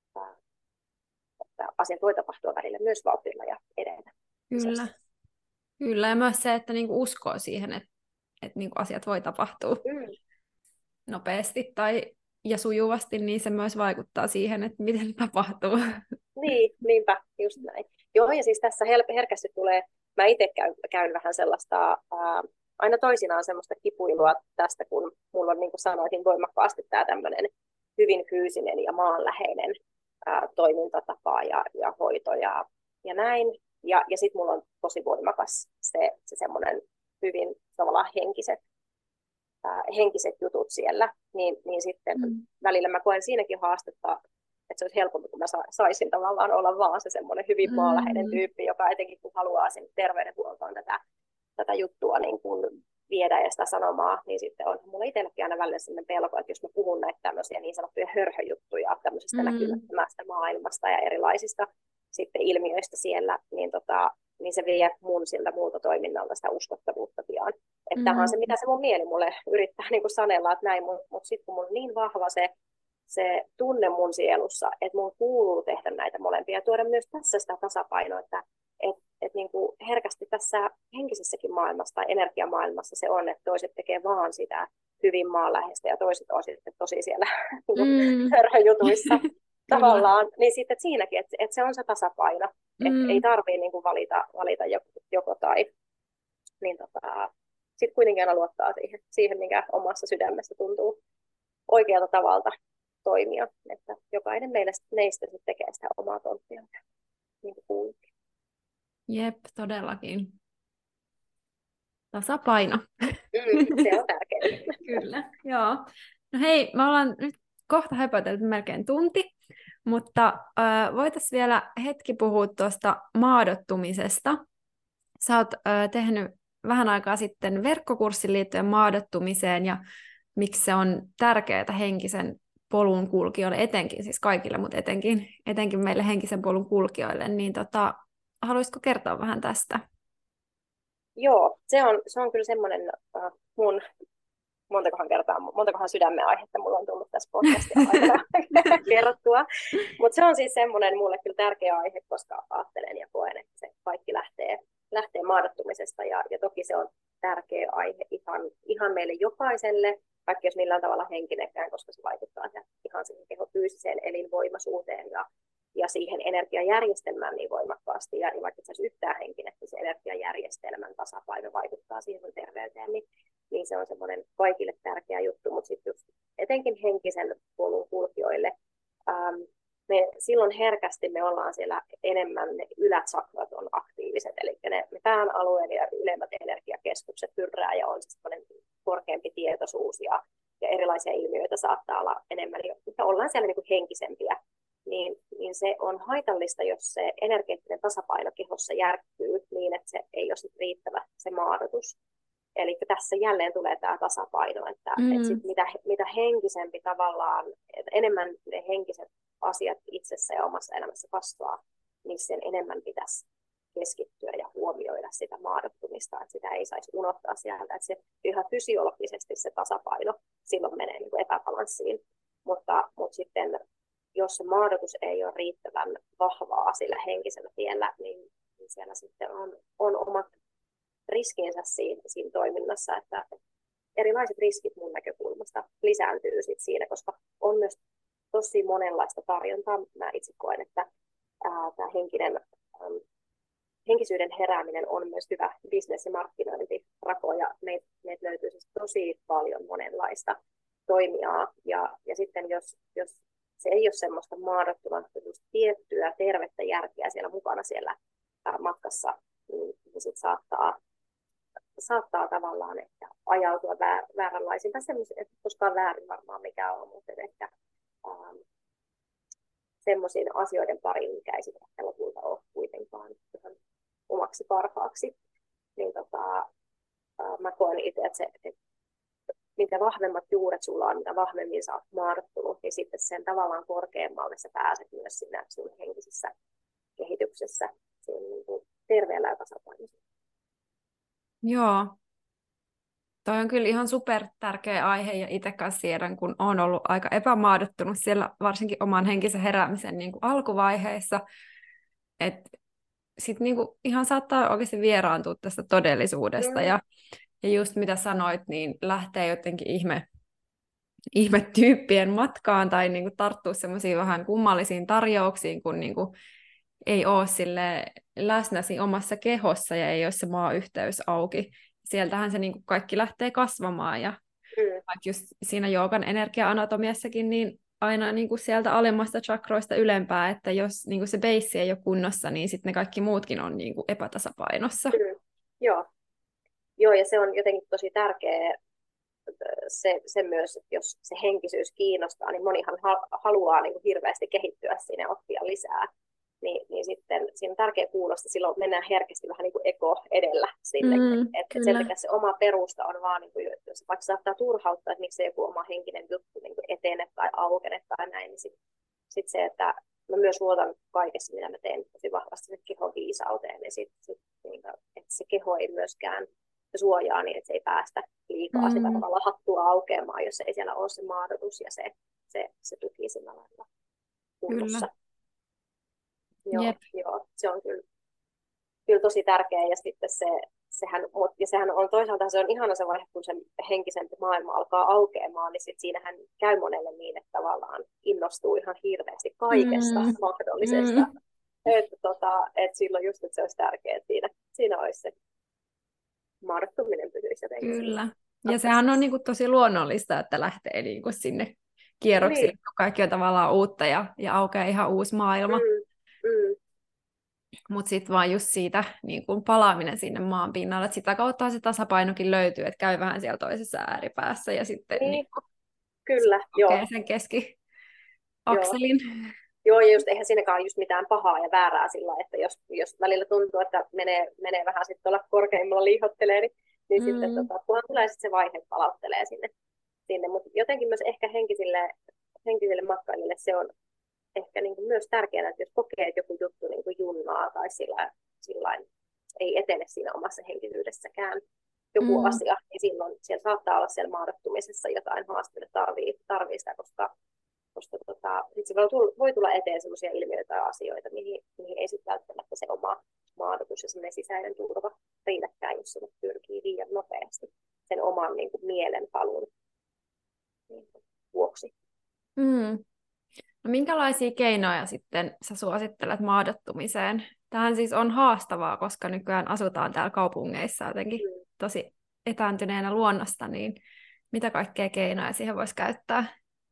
että asiat voi tapahtua välillä myös vauhdilla ja edetä. Kyllä. Kyllä, ja myös se, että niinku uskoo siihen, että, että niinku asiat voi tapahtua Mm. nopeasti tai, ja sujuvasti, niin se myös vaikuttaa siihen, että miten se tapahtuu. Niin, niinpä, just näin. Joo, ja siis tässä hel- herkästi tulee, mä itse käyn, käyn vähän sellaista, ää, aina toisinaan semmoista kipuilua tästä, kun mulla on, niin kuin sanoitin, voimakkaasti tämä tämmöinen hyvin fyysinen ja maanläheinen ää, toimintatapa ja, ja hoito ja, ja näin. Ja, ja sitten mulla on tosi voimakas se, se semmoinen hyvin tavallaan henkiset, ää, henkiset jutut siellä, niin, niin sitten Mm. välillä mä koen siinäkin haastetta, että se olisi helpompi, kun mä saisin tavallaan olla vaan se semmoinen hyvin maaläheinen Mm. tyyppi, joka etenkin kun haluaa sen terveydenhuoltoon tätä, tätä juttua niin kun viedä ja sitä sanomaa, niin sitten on mulla itselläkin aina välillä sellainen pelko, että jos mä puhun näitä tämmöisiä niin sanottuja hörhöjuttuja tämmöisestä Mm. näkymättömästä maailmasta ja erilaisista sitten ilmiöistä siellä, niin, tota, niin se vie mun siltä muulta toiminnalta sitä uskottavuutta pian. Että tämä on se, Mm. mitä se mun mieli mulle yrittää niin kuin sanella, että näin, mutta mut sitten kun mulla on niin vahva se se tunne mun sielussa, että mun kuuluu tehdä näitä molempia ja tuoda myös tässä sitä tasapainoa, että et, et niin kuin herkästi tässä henkisessäkin maailmassa tai energiamaailmassa se on, että toiset tekee vaan sitä hyvin maanläheistä ja toiset on sitten tosi siellä Mm. hörhöjutuissa Kyllä. tavallaan, niin sitten siinäkin, että, että se on se tasapaino, että Mm. ei tarvitse niin kuin valita, valita joko, joko tai, niin tota, sitten kuitenkin aina luottaa siihen, siihen, mikä omassa sydämessä tuntuu oikealta tavalta toimia, että jokainen meistä, meistä sitten tekee sitä omaa tonttia, niin kuin kuuluukin. Jep, todellakin. Tasapaino. Mm, se on tärkeää. Kyllä, joo. No hei, me ollaan nyt kohta höpötelty melkein tunti, mutta äh, voitaisiin vielä hetki puhua tuosta maadottumisesta. Sä oot äh, tehnyt vähän aikaa sitten verkkokurssin liittyen maadottumiseen ja miksi se on tärkeää henkisen polun kulkijoille, etenkin siis kaikille, mutta etenkin, etenkin meille henkisen polun kulkijoille, niin tota, haluaisitko kertoa vähän tästä? Joo, se on, se on kyllä semmoinen äh, mun, montakohan kertaa, montakohan sydämen aihetta mulla on tullut tässä podcastin aikana kerrottua, mutta se on siis semmoinen mulle kyllä tärkeä aihe, koska ajattelen ja koen, että se kaikki lähtee, lähtee maadottumisesta ja, ja toki se on tärkeä aihe ihan, ihan meille jokaiselle, vaikka jos millään tavalla henkinenkään, koska se vaikuttaa ihan siihen kehon fyysiseen elinvoimaisuuteen ja, ja siihen energiajärjestelmään niin voimakkaasti. Ja vaikka se olisi yhtään henkinen, niin se energiajärjestelmän tasapaino vaikuttaa siihen terveyteen, niin, niin se on semmoinen kaikille tärkeä juttu, mutta sitten just etenkin henkisen polun kulkijoille, ähm, me silloin herkästi me ollaan siellä enemmän, ne ylätsakrat on aktiiviset, eli ne, ne pään alueen ja ylemmät energiakeskukset hyrrää ja on semmoinen korkeampi tietoisuus ja, ja erilaisia ilmiöitä saattaa olla enemmän, mutta ollaan siellä niin kuin henkisempiä, niin, niin se on haitallista, jos se energeettinen tasapaino kehossa järkkyy niin, että se ei ole sit riittävä se maadotus. Eli tässä jälleen tulee tämä tasapaino, että, mm. että sit mitä, mitä henkisempi tavallaan, että enemmän ne henkiset asiat itsessä ja omassa elämässä kasvaa, niin sen enemmän pitäisi keskittyä ja huomioida sitä maadottumista, että sitä ei saisi unohtaa sieltä, että se ihan fysiologisesti se tasapaino silloin menee niin kuin epäbalanssiin, mutta, mutta sitten jos se maadotus ei ole riittävän vahvaa sillä henkisellä tiellä, niin, niin siellä sitten on, on omat riskinsä siinä, siinä toiminnassa, että erilaiset riskit mun näkökulmasta lisääntyy sit siinä, koska on myös tosi monenlaista tarjontaa. Mä itse koen, että tämä henkinen, äm, henkisyyden herääminen on myös hyvä business- ja markkinointirako, ja meitä meit löytyy siis tosi paljon monenlaista toimijaa, ja, ja sitten jos, jos se ei ole semmoista maadottumatta tiettyä tervettä järkeä siellä mukana siellä ää, matkassa, niin, niin sit saattaa saattaa tavallaan ehkä ajautua väär, vääränlaisiin, tai semmoisia, että koskaan väärin varmaan mikä on, mutta ehkä ähm, semmoisiin asioiden pariin, mikä ei sitten ehkä lopulta ole kuitenkaan ihan omaksi parhaaksi. Niin tota, äh, mä koen itse, että, se, että mitä vahvemmat juuret sulla on, mitä vahvemmin sä oot maadottunut, niin sitten sen tavallaan korkeammalle sä pääset myös siinä sun henkisessä kehityksessä, siinä niin kuin terveellä ja tasapainoisella. Joo. Toi on kyllä ihan super tärkeä aihe ja itse kanssa siedän, kun olen ollut aika epämaadottunut siellä varsinkin oman henkisen heräämisen niin kuin alkuvaiheessa. Et sit niinku ihan saattaa oikeasti vieraantua tästä todellisuudesta. Mm, Ja, ja just mitä sanoit, niin lähtee jotenkin ihme, ihme tyyppien matkaan tai niinku tarttua semmoisiin vähän kummallisiin tarjouksiin, kun niinku ei ole sille läsnä siinä omassa kehossa ja ei ole se maayhteys auki. Sieltähän se niinku kaikki lähtee kasvamaan ja mm, vaikka just siinä joogan energia-anatomiassakin, niin aina niin kuin sieltä alemmasta chakroista ylempää, että jos niin kuin se beissi ei ole kunnossa, niin sitten ne kaikki muutkin on niin kuin epätasapainossa. mm. Joo. Joo, ja se on jotenkin tosi tärkeä se, se myös, että jos se henkisyys kiinnostaa, niin monihan haluaa niin kuin hirveästi kehittyä sinne, oppia lisää. Niin, niin sitten siinä on tärkeä kuulosta, silloin mennään herkästi vähän niin kuin eko edellä sinne. Mm, että et sen takia se oma perusta on vaan, niin kuin, jos vaikka saattaa turhauttaa, että miksi joku oma henkinen juttu niin kuin etene tai aukene tai näin, niin sitten sit se, että mä myös luotan kaikessa, mitä mä teen tosi vahvasti se kehon viisauteen, niin sit, sit, niin kuin, että se keho ei myöskään suojaa niin, että se ei päästä liikaa sitä mm, tavalla hattua aukeamaan, jos ei siellä ole se maadotus ja se, se, se tuki sillä lailla kunnossa. kyllä. Joo, Jep. joo, se on kyllä, kyllä tosi tärkeä ja sitten se, sehän, ja sehän on toisaalta se on ihana se vaihe, kun se henkisempi maailma alkaa aukeamaan, niin sit siinähän käy monelle niin, että tavallaan innostuu ihan hirveästi kaikesta Mm, mahdollisesta. mm, Että tota, et silloin just, että se olisi tärkeää, että siinä, siinä olisi se mahdottuminen pysyisi jotenkin siinä kyllä. Ja sehän on katkaisessa. niin kuin tosi luonnollista, että lähtee niin kuin sinne kierroksille, Niin. kun kaikki on tavallaan uutta ja, ja aukeaa ihan uusi maailma. Mm, mm, Mutta sitten vaan just siitä niin kun palaaminen sinne maan pinnalle, että sitä kautta se tasapainokin löytyy, että käy vähän siellä toisessa ääripäässä ja sitten niin niin, kun, sit kyllä, joo, kokee sen joo. keskiakselin. Joo, ja just eihän siinäkään just mitään pahaa ja väärää sillä, että jos, jos välillä tuntuu, että menee, menee vähän sitten tuolla korkeimmalla liihottelee, niin, niin sitten Mm, tota, kunhan tulee sitten se vaihe, että palauttelee sinne. sinne. Mutta jotenkin myös ehkä henkisille, henkisille matkailijoille se on ehkä niin kuin myös tärkeää, että jos kokee, että joku juttu niin kuin junnaa tai sillä, sillä ei etene siinä omassa henkisyydessäkään joku mm, asia, niin silloin siellä saattaa olla siellä maadottumisessa jotain haasteita tarvii, tarvii sitä, koska koska tota, sit se voi tulla, voi tulla eteen sellaisia ilmiöitä ja asioita, mihin, mihin ei sitten välttämättä se oma maadotus ja semmoinen sisäinen turva riitäkään, jos se pyrkii liian nopeasti sen oman niin kuin, mielen palun niin kuin, vuoksi. mm. No, minkälaisia keinoja sitten sä suosittelet maadottumiseen? Tämähän siis on haastavaa, koska nykyään asutaan täällä kaupungeissa jotenkin Mm. tosi etääntyneenä luonnosta, niin mitä kaikkea keinoja siihen voisi käyttää?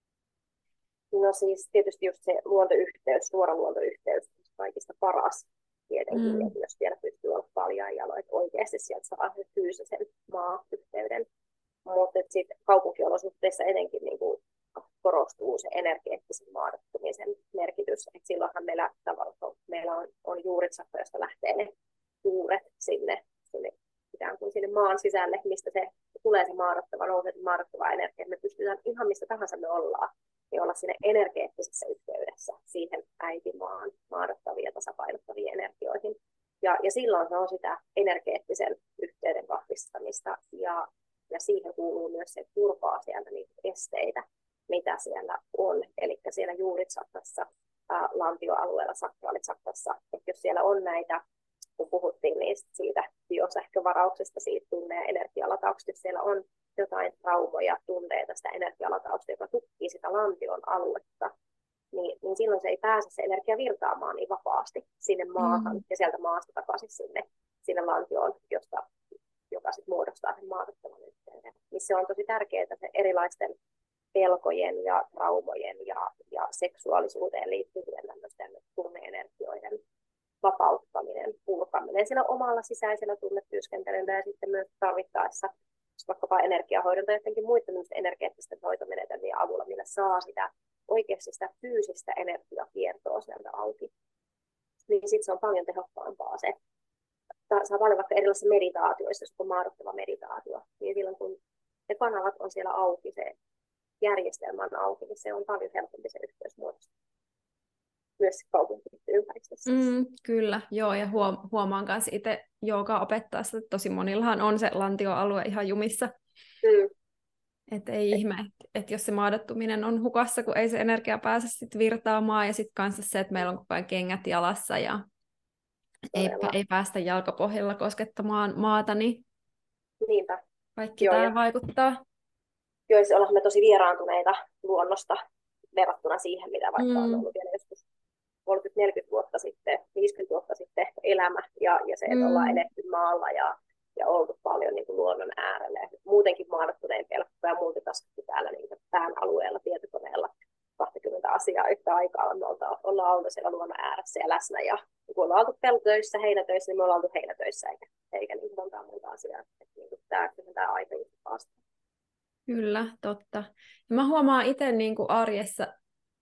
No siis tietysti just se luontoyhteys, suora luontoyhteys on kaikista paras tietenkin, Mm, että jos siellä pystyy olla paljon jaloa, että oikeasti sieltä saa fyysisen maayhteyden. Mutta sitten kaupunkiolosuhteissa etenkin niin kuin korostuu se energeettisen maadottumisen merkitys. Et silloinhan meillä, tavallaan, meillä on, on juuritsakka, josta lähtee ne juuret sinne, sinne ikään kuin sinne maan sisälle, mistä se tulee se maadottava, nousee maadottava energia. Me pystytään ihan missä tahansa me ollaan, niin olla siinä energeettisessä yhteydessä siihen äitimaan maadottaviin ja tasapainottaviin energioihin. Ja, ja silloin se on sitä energeettisen yhteyden vahvistamista ja, ja siihen kuuluu myös se purkaa sieltä niitä esteitä, mitä siellä on. Eli siellä juuritsakrassa, lantioalueella, sakraalitsakrassa, että jos siellä on näitä, kun puhuttiin niistä siitä biosähkövarauksesta, siitä tunne- ja energialatauksesta, jos siellä on jotain traumoja, tunteita, sitä energialatausta, joka tukkii sitä lantion aluetta, niin, niin silloin se ei pääse se energia virtaamaan niin vapaasti sinne maahan mm, ja sieltä maasta takaisin sinne, sinne lantioon, josta, joka sitten muodostaa sen maadottavan yhteyden. Niin se on tosi tärkeää se erilaisten pelkojen ja traumojen ja, ja seksuaalisuuteen liittyvien tämmöisten tunne-energioiden vapauttaminen, purkaminen siinä omalla sisäisellä tunnetyöskentelyllä ja sitten myös tarvittaessa vaikkapa energiahoidon tai jotenkin muiden energeettisten hoitomenetelmien avulla, millä saa sitä oikeasti sitä fyysistä energiakiertoa sieltä auki. Niin sitten se on paljon tehokkaampaa se. Saa paljon vaikka erilaisissa meditaatioissa, jos on maadottava meditaatio, niin silloin kun ne kanavat on siellä auki, se järjestelmä on auki, niin se on paljon helpompi se yhteysmuodosta. Myös kaupunkiympäristössä. mm, kyllä, joo, ja huom- huomaan myös itse joogaa opettaessa, että tosi monillahan on se lantioalue ihan jumissa. Mm. Että ei ihme, että et jos se maadottuminen on hukassa, kun ei se energia pääse sit virtaamaan, ja sitten kanssa se, että meillä on koko ajan kengät jalassa, ja ei, todella. ei päästä jalkapohjalla koskettamaan maata, niin Niinpä. kaikki Joo, tämä ja vaikuttaa. joissa ollaan me tosi vieraantuneita luonnosta verrattuna siihen, mitä vaikka on Mm, ollut vielä joskus kolmekymmentä neljäkymmentä vuotta sitten, viisikymmentä vuotta sitten elämä ja, ja se, että ollaan mm, eletty maalla ja, ja oltu paljon niin kuin luonnon äärellä. Ja muutenkin maadottuneen pelkkoja ja multitaskattu täällä niin kuin pään alueella tietokoneella kaksikymmentä asiaa yhtä aikaa. Me ollaan, ollaan oltu siellä luonnon ääressä ja läsnä ja kun ollaan oltu peltotöissä, heinätöissä, niin me ollaan oltu heinätöissä eikä, eikä niin montaa muuta asiaa. Että, niin kuin tämä, tämä aika just haastaa. kyllä, totta. Ja mä huomaan itse niin kuin arjessa,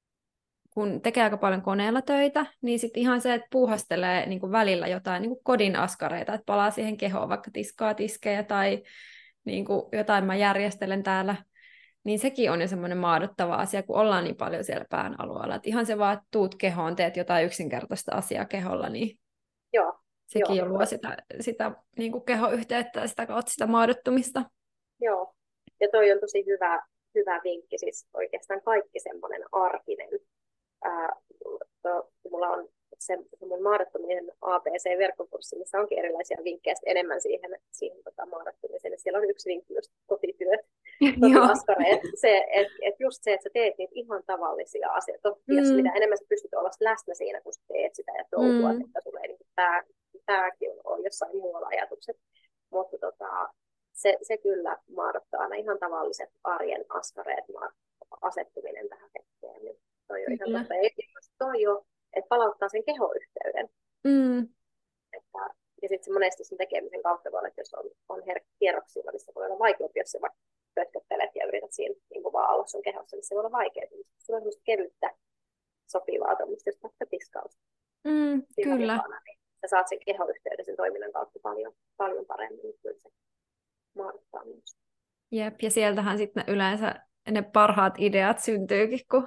kun tekee aika paljon koneella töitä, niin sitten ihan se, että puuhastelee niin kuin välillä jotain niin kuin kodin askareita, että palaa siihen kehoon, vaikka tiskaa tiskejä tai niin kuin jotain mä järjestelen täällä, niin sekin on jo semmoinen maadottava asia, kun ollaan niin paljon siellä pään alueella. Että ihan se vaan, että tuut kehoon, teet jotain yksinkertaista asiaa keholla, niin Joo, sekin joo, jo luo sitä, sitä niin kuin kehoyhteyttä ja sitä kautta sitä maadottumista. joo. Ja toi on tosi hyvä, hyvä vinkki, siis oikeastaan kaikki semmoinen arkinen. Ää, to, mulla on se, semmoinen maadottuminen A B C-verkkokurssi, missä onkin erilaisia vinkkejä enemmän siihen, siihen tota, maadottumiseen. Siellä on yksi vinkki just kotityöt, Joo. kotiaskareet. Se, et, et just se, että sä teet niitä ihan tavallisia asioita. Ja mitä Mm, enemmän sä pystyt olla läsnä siinä, kun sä teet sitä ja touhua, mm, että sulle ei niin pää, pääkin on jossain muualla ajatukset. Mutta tota, se, se kyllä maadottaa aina ihan tavalliset arjen askareet, asettuminen tähän hetkeen. Niin toi on ihan kyllä. totta. Ja toi jo, että palauttaa sen kehoyhteyden. Mm, Että, ja sitten se monesti sen tekemisen kautta voi olla, että jos on, on herkkä kierroksilla, niin se voi olla vaikeampi, jos sä vaikka pötköttelet ja yrität siinä niin kuin vaan olla sun kehossa, niin se voi olla vaikeaa. Se on semmoista kevyttä, sopivaa, tuommoista just vaikka tiskausta mm, siinä kyllä. mukana, niin sä saat sen kehoyhteyden sen toiminnan kautta paljon, paljon paremmin, niin kyllä se mahdottaa myös. Jep, ja sieltähän sitten yleensä ne parhaat ideat syntyykin, kun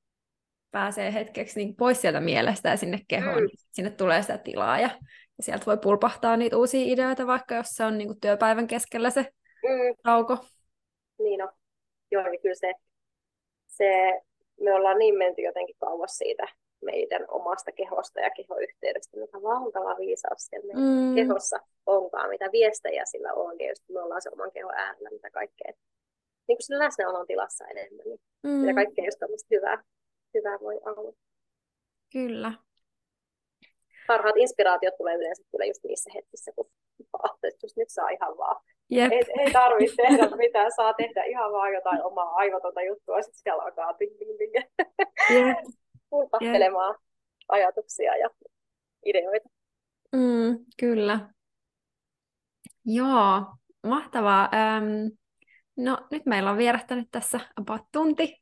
pääsee hetkeksi niin pois sieltä mielestä ja sinne kehoon, Mm, niin sinne tulee sitä tilaa ja, ja sieltä voi pulpahtaa niitä uusia ideoita, vaikka jos se on niin kuin työpäivän keskellä se mm, tauko. niin on. Joo, niin kyllä se, se, me ollaan niin menty jotenkin kauas siitä meidän omasta kehosta ja kehoyhteydestä, mikä valtava viisaus siellä meidän Mm, kehossa onkaan, mitä viestejä sillä on, ja just me ollaan se oman kehon äärellä, mitä kaikkea. Niin kuin sillä läsnäolon tilassa enemmän, niin mitä mm, kaikkea just tämmöistä hyvää, hyvää voi olla. kyllä. Parhaat inspiraatiot tulee yleensä kyllä just niissä hetkissä, kun ajattelet, että nyt saa ihan vaan. Jep. Ei, ei tarvitse tehdä mitään, saa tehdä ihan vaan jotain omaa aivotonta juttua, sitten siellä alkaa ting, ting, ting, Jep. Jep. pulpahtelemaan ajatuksia ja ideoita. Mm, kyllä. Joo, mahtavaa. Öm, no nyt meillä on vierähtänyt tässä about tunti.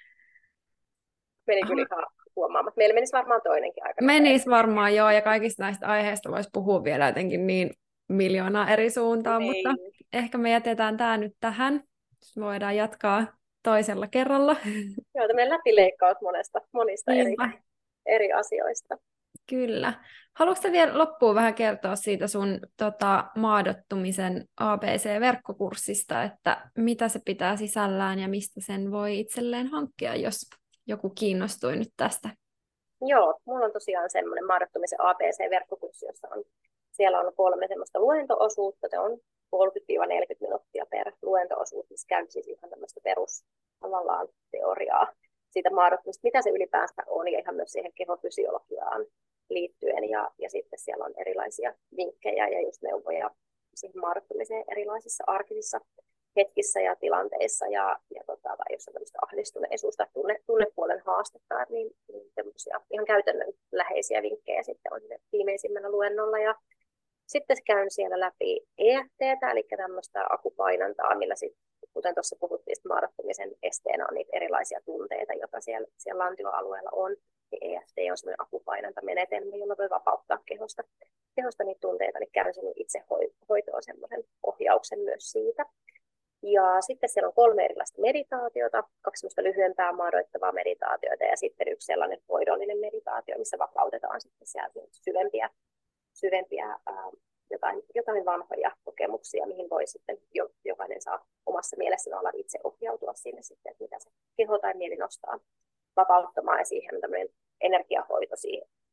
Meni kyllä ihan huomaamatta. Meillä menisi varmaan toinenkin aika Menisi nopeasti. varmaan joo, ja kaikista näistä aiheista voisi puhua vielä jotenkin niin miljoonaa eri suuntaan, mutta Niin. ehkä me jätetään tämä nyt tähän. Voidaan jatkaa toisella kerralla. Joo, tämmöinen läpileikkaus monesta, monista eri, Niinpä, eri asioista. kyllä. Haluatko vielä loppuun vähän kertoa siitä sun tota, maadottumisen A B C-verkkokurssista, että mitä se pitää sisällään ja mistä sen voi itselleen hankkia, jos joku kiinnostui nyt tästä? Joo, mulla on tosiaan semmoinen maadottumisen A B C-verkkokurssi, jossa on, siellä on kolme semmoista luento-osuutta. Se on kolmekymmentä neljäkymmentä minuuttia per luento-osuus, missä käy siis ihan tämmöistä perus tavallaan teoriaa siitä maadottumista, mitä se ylipäänsä on, ja ihan myös siihen kehofysiologiaan liittyen. Ja, ja sitten siellä on erilaisia vinkkejä ja just neuvoja siihen maadottumiseen erilaisissa arkisissa hetkissä ja tilanteissa, ja, ja tota, tai jos on tämmöistä ahdistuneisuutta tai tunne, tunnepuolen haastetta, niin, niin ihan käytännön läheisiä vinkkejä sitten on viimeisimmällä luennolla. Ja sitten käyn siellä läpi E F T:tä, eli tämmöistä akupainantaa, millä sitten, kuten tuossa puhuttiin, maadottumisen esteenä on niitä erilaisia tunteita, joita siellä, siellä lantioalueella on. Niin E F T on semmoinen akupainantamenetelmä, jolla voi vapauttaa kehosta, kehosta niitä tunteita, eli käyn sinne itse hoitoon semmoisen ohjauksen myös siitä. Ja sitten siellä on kolme erilaista meditaatiota, kaksi semmoista lyhyempää maadoittavaa meditaatiota ja sitten yksi sellainen hoidollinen meditaatio, missä vapautetaan sitten sieltä syvempiä, syvempiä ää, jotain, jotain vanhoja kokemuksia, mihin voi sitten jo, jokainen saa omassa mielessään olla itse ohjautua sinne sitten, että mitä se keho tai mieli nostaa vapauttamaan, ja siihen on tämmöinen energiahoito siihen,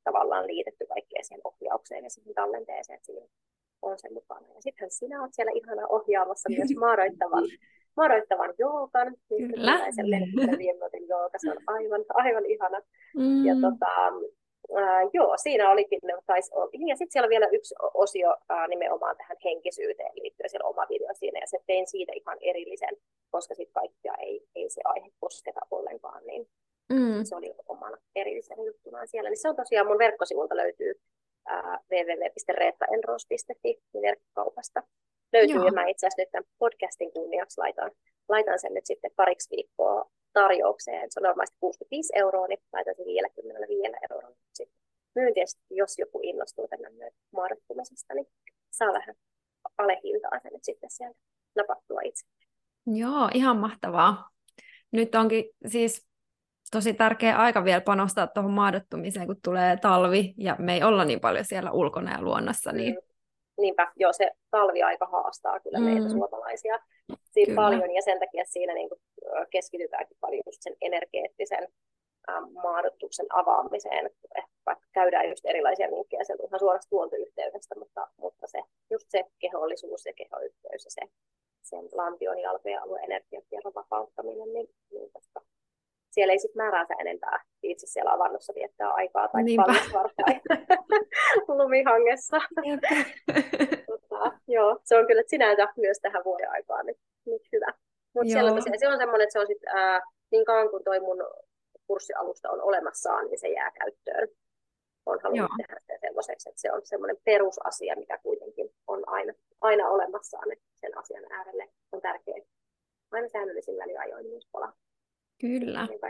tavallaan liitetty kaikkea siihen ohjaukseen ja siihen tallenteeseen, että siinä on se mukana. Ja sittenhän sinä olet siellä ihana ohjaamassa myös maadoittavan, maadoittavan joogan, Kyllä. sen neljäkymmentäviiden minuutin jooga, se on aivan, aivan ihana. Mm. Ja tota, ää, joo, siinä olikin, taisi olla. Ja sitten siellä on vielä yksi osio ää, nimenomaan tähän henkisyyteen liittyen, siellä oma video siinä, ja se tein siitä ihan erillisen, koska sitten kaikkia ei, ei se aihe kosketa ollenkaan, niin mm. se oli omana erillisen juttuna siellä. Niin se on tosiaan mun verkkosivulta löytyy ää, double-u double-u double-u piste reetta enroos piste fi verkkokaupasta. Löytyy, joo. Ja mä itse asiassa nyt tämän podcastin kunniaksi laitan, laitan sen nyt sitten pariksi viikkoa tarjoukseen. Se on normaalisti kuusikymmentäviisi euroa, niin laitan sen viisikymmentäviisi euroa. Sitten myyn tietysti, jos joku innostuu tämän muodottumisesta, niin saa vähän alehintaa sen nyt sitten sieltä napattua itse. Joo, ihan mahtavaa. Nyt onkin siis tosi tärkeä aika vielä panostaa tuohon maadottumiseen, kun tulee talvi ja me ei olla niin paljon siellä ulkona ja luonnossa. Niin... Mm. Niinpä, joo, se talviaika haastaa kyllä mm. meitä suomalaisia siinä kyllä. paljon, ja sen takia siinä niin kuin keskitytäänkin paljon just sen energeettisen ähm, maadottuksen avaamiseen, että vaikka käydään just erilaisia vinkkejä sieltä ihan suorasta luontoyhteydestä, mutta, mutta se, just se kehollisuus ja kehoyhteys ja se sen lantion ja alkujen energiakierron vapauttaminen, niin, niin koska siellä ei sitten määräänsä enempää itse siellä avannossa viettää aikaa tai pallasvartai lumihangessa. tota, joo, se on kyllä sinänsä myös tähän vuoden aikaan nyt, nyt hyvä. Mutta siellä tosiaan se on semmoinen, että se on sit, ää, niin kauan kun toi mun kurssialusta on olemassaan, niin se jää käyttöön. On halunnut joo. tehdä sitä sellaiseksi, että se on semmoinen perusasia, mikä kuitenkin on aina, aina olemassaan, että sen asian äärelle on tärkeää aina säännöllisin väliajoin myös palata. Kyllä. Niin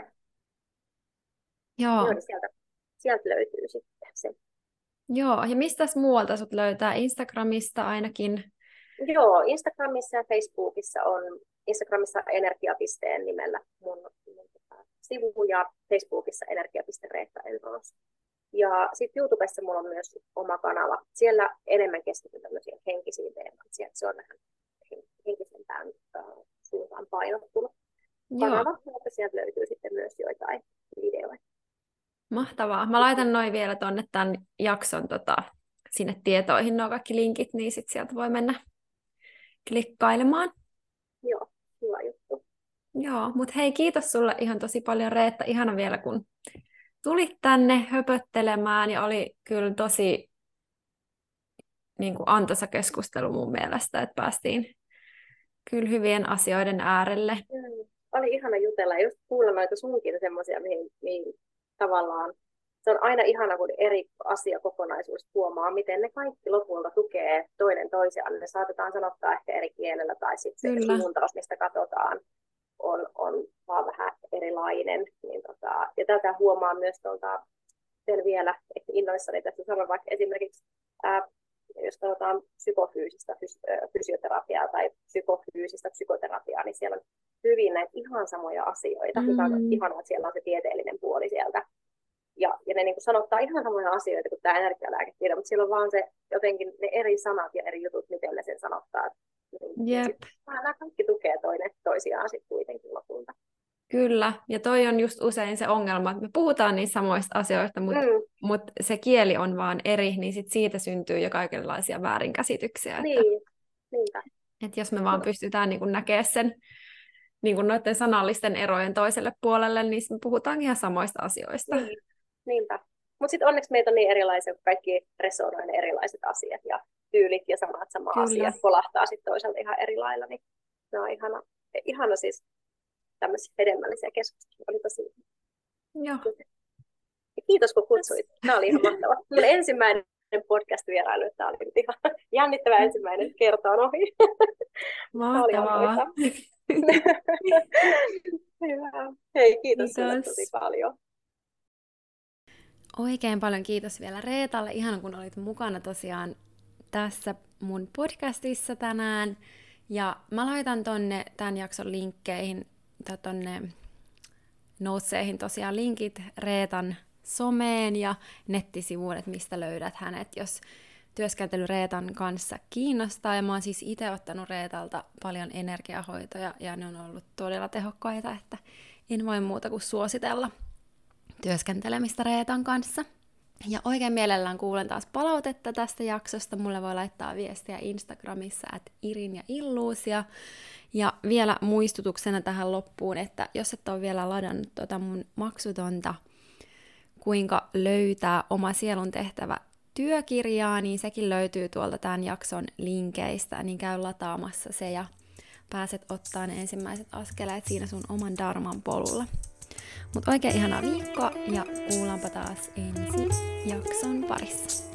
joo. joo niin sieltä, sieltä löytyy sitten se. Joo, ja mistäs muualta sut löytää? Instagramista ainakin? Joo, Instagramissa ja Facebookissa on, Instagramissa energiapisteen nimellä mun, mun sivu ja Facebookissa energia.reetta enroos. Ja sitten YouTubessa mulla on myös oma kanava. Siellä enemmän keskityn tämmöisiin henkisiin teemaan. Sieltä se on vähän henkisempään uh, suuntaan painottunut kanava, mutta sieltä löytyy sitten myös joitain videoita. Mahtavaa. Mä laitan noin vielä tuonne tämän jakson tota, sinne tietoihin, nuo kaikki linkit, niin sitten sieltä voi mennä klikkailemaan. Joo, hyvä juttu. Joo, mutta hei, kiitos sulle ihan tosi paljon, Reetta. Ihana vielä, kun tulit tänne höpöttelemään, ja oli kyllä tosi niin kuin antoisa keskustelu mun mielestä, että päästiin kyllä hyvien asioiden äärelle. Mm, oli ihana jutella ja just kuulla noita sunkin semmoisia, mihin, mihin tavallaan se on aina ihana, kun eri asiakokonaisuus huomaa, miten ne kaikki lopulta tukee toinen toisiaan. Ne saatetaan sanottaa ehkä eri kielellä, tai sitten se suuntaus, mistä katsotaan, on, on vaan vähän erilainen. Niin tota, ja tätä huomaa myös tuolta, sen vielä ehkä innoissani tästä sanon vaikka esimerkiksi, ää, jos katsotaan psykofyysistä fys- fysioterapiaa tai psykofyysistä psykoterapiaa, niin siellä on hyvin näitä ihan samoja asioita, mm. mikä on ihanaa, että siellä on se tieteellinen puoli sieltä. Ja, ja ne niin kuin sanottaa ihan samoja asioita kuin tämä energialääketiede, mutta siellä on vaan se jotenkin ne eri sanat ja eri jutut, miten ne sen sanottaa. Niin sit, nämä kaikki tukee toinen toisiaan sitten kuitenkin lopulta. Kyllä, ja toi on just usein se ongelma, että me puhutaan niistä samoista asioista, mutta mm. mut se kieli on vaan eri, niin sit siitä syntyy jo kaikenlaisia väärinkäsityksiä. Niin, että, niinpä. että jos me vaan pystytään niin kun näkemään sen niin kun noiden sanallisten erojen toiselle puolelle, niin me puhutaan ihan samoista asioista. Niin. Niinpä. Mutta sitten onneksi meitä on niin erilaisia, kun kaikki resonoi ne erilaiset asiat ja tyylit ja samat sama Kyllä. asiat kolahtaa sitten toisaalta ihan eri lailla. Niin ne on ihana, ihana siis tämmöisiä hedelmällisiä keskusteluja. Oli tosi Joo. Ja kiitos kun kutsuit. Tämä oli ihan mahtava. Mun ensimmäinen podcast-vierailu, tämä oli ihan jännittävä ensimmäinen kerta on ohi. Mahtavaa. Hyvä. Hei, kiitos, kiitos. Sulle tosi paljon. Oikein paljon kiitos vielä Reetalle, ihana kun olit mukana tosiaan tässä mun podcastissa tänään. Ja mä laitan tonne tämän jakson linkkeihin, tai tonne noutseihin tosiaan linkit Reetan someen ja nettisivuun, että mistä löydät hänet, jos työskentely Reetan kanssa kiinnostaa. Ja mä oon siis itse ottanut Reetalta paljon energiahoitoja ja ne on ollut todella tehokkaita, että en voi muuta kuin suositella työskentelemistä Reetan kanssa. Ja oikein mielellään kuulen taas palautetta tästä jaksosta. Mulle voi laittaa viestiä Instagramissa at Irin ja Illuusia. Ja vielä muistutuksena tähän loppuun, että jos et ole vielä ladannut tuota mun maksutonta kuinka löytää oma sielun tehtävä työkirjaa, niin sekin löytyy tuolta tämän jakson linkeistä, niin käy lataamassa se ja pääset ottaa ne ensimmäiset askeleet siinä sun oman Dharman polulla. Mutta oikein ihanaa viikkoa ja kuullaanpa taas ensi jakson parissa.